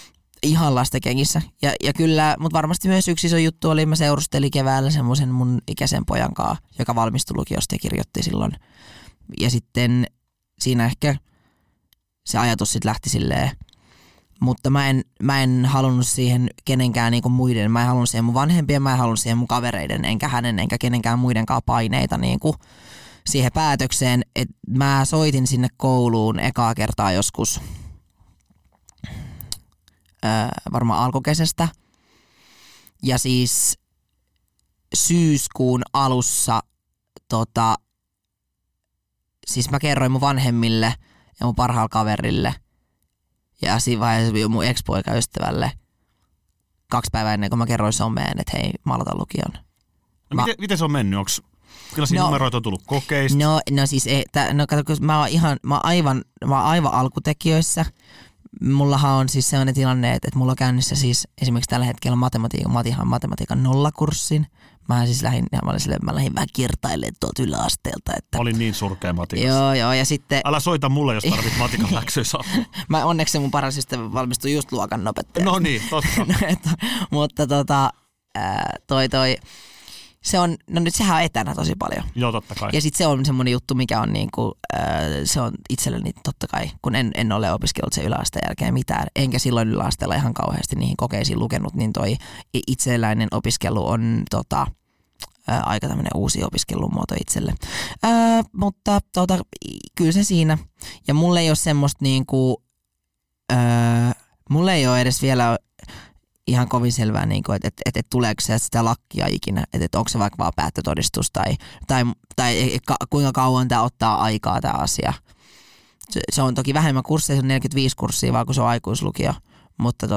Ja kyllä, mutta varmasti myös yksi iso juttu oli, mä seurustelin keväällä semmoisen mun ikäisen pojan kanssa, joka valmistui lukiosta ja kirjoitti silloin. Ja sitten siinä ehkä se ajatus sitten lähti silleen, mutta mä en halunnut siihen kenenkään niinku muiden, mä en halunnut siihen mun vanhempien, mä en halunnut siihen mun kavereiden, enkä hänen, enkä kenenkään muidenkaan paineita niinku siihen päätökseen, että mä soitin sinne kouluun ekaa kertaa joskus varmaan alkukesästä. Ja siis syyskuun alussa siis mä kerroin mun vanhemmille ja mun parhaalle kaverille ja siinä vaiheessa mun ex-poikaystävälle 2 päivää ennen kuin mä kerroin someen, että hei, mä aloitan lukion. No miten se on mennyt? Onko millaisia numeroita on tullut kokeista? No siis kato, mä oon aivan alkutekijöissä. Mullahan on siis sellainen tilanne, että mulla on käynnissä siis esimerkiksi tällä hetkellä matematiikan nollakurssin. Mä lähdin vähän kiertailemaan tuolta yläasteelta. Että olin niin surkea matikassa. Joo, ja sitten älä soita mulle, jos tarvit matikan läksyissä. Mä onneksi mun paras ystävä valmistui just luokanopettajaksi. No niin, totta. Mutta se on, no nyt sehän on etänä tosi paljon. Joo, totta kai. Ja sitten se on semmoinen juttu, mikä on niinku, se on itselleni totta kai, kun en ole opiskellut sen yläasteen jälkeen mitään, enkä silloin yläasteella ihan kauheasti niihin kokeisiin lukenut, niin toi itselläinen opiskelu on aika tämmöinen uusi opiskelumuoto itselle. Mutta kyllä se siinä. Ja mulle ei ole semmoista niinku, mulle ei ole edes vielä ihan kovin selvää, niinku, että tuleeko se sitä lakkia ikinä, että onko se vaikka vaan päättötodistus tai kuinka kauan tämä ottaa aikaa tämä asia. Se on toki vähemmän kursseja, se on 45 kurssia vaan kun se on aikuislukio, mutta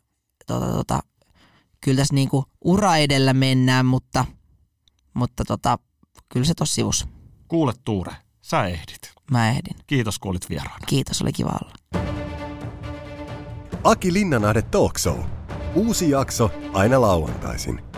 kyllä tässä niinku ura edellä mennään, mutta kyllä se tossa sivussa. Kuule Tuure, sä ehdit. Mä ehdin. Kiitos kun olit vieraana. Kiitos, oli kiva olla. Aki Linnanahde Talk Show. Uusi jakso aina lauantaisin.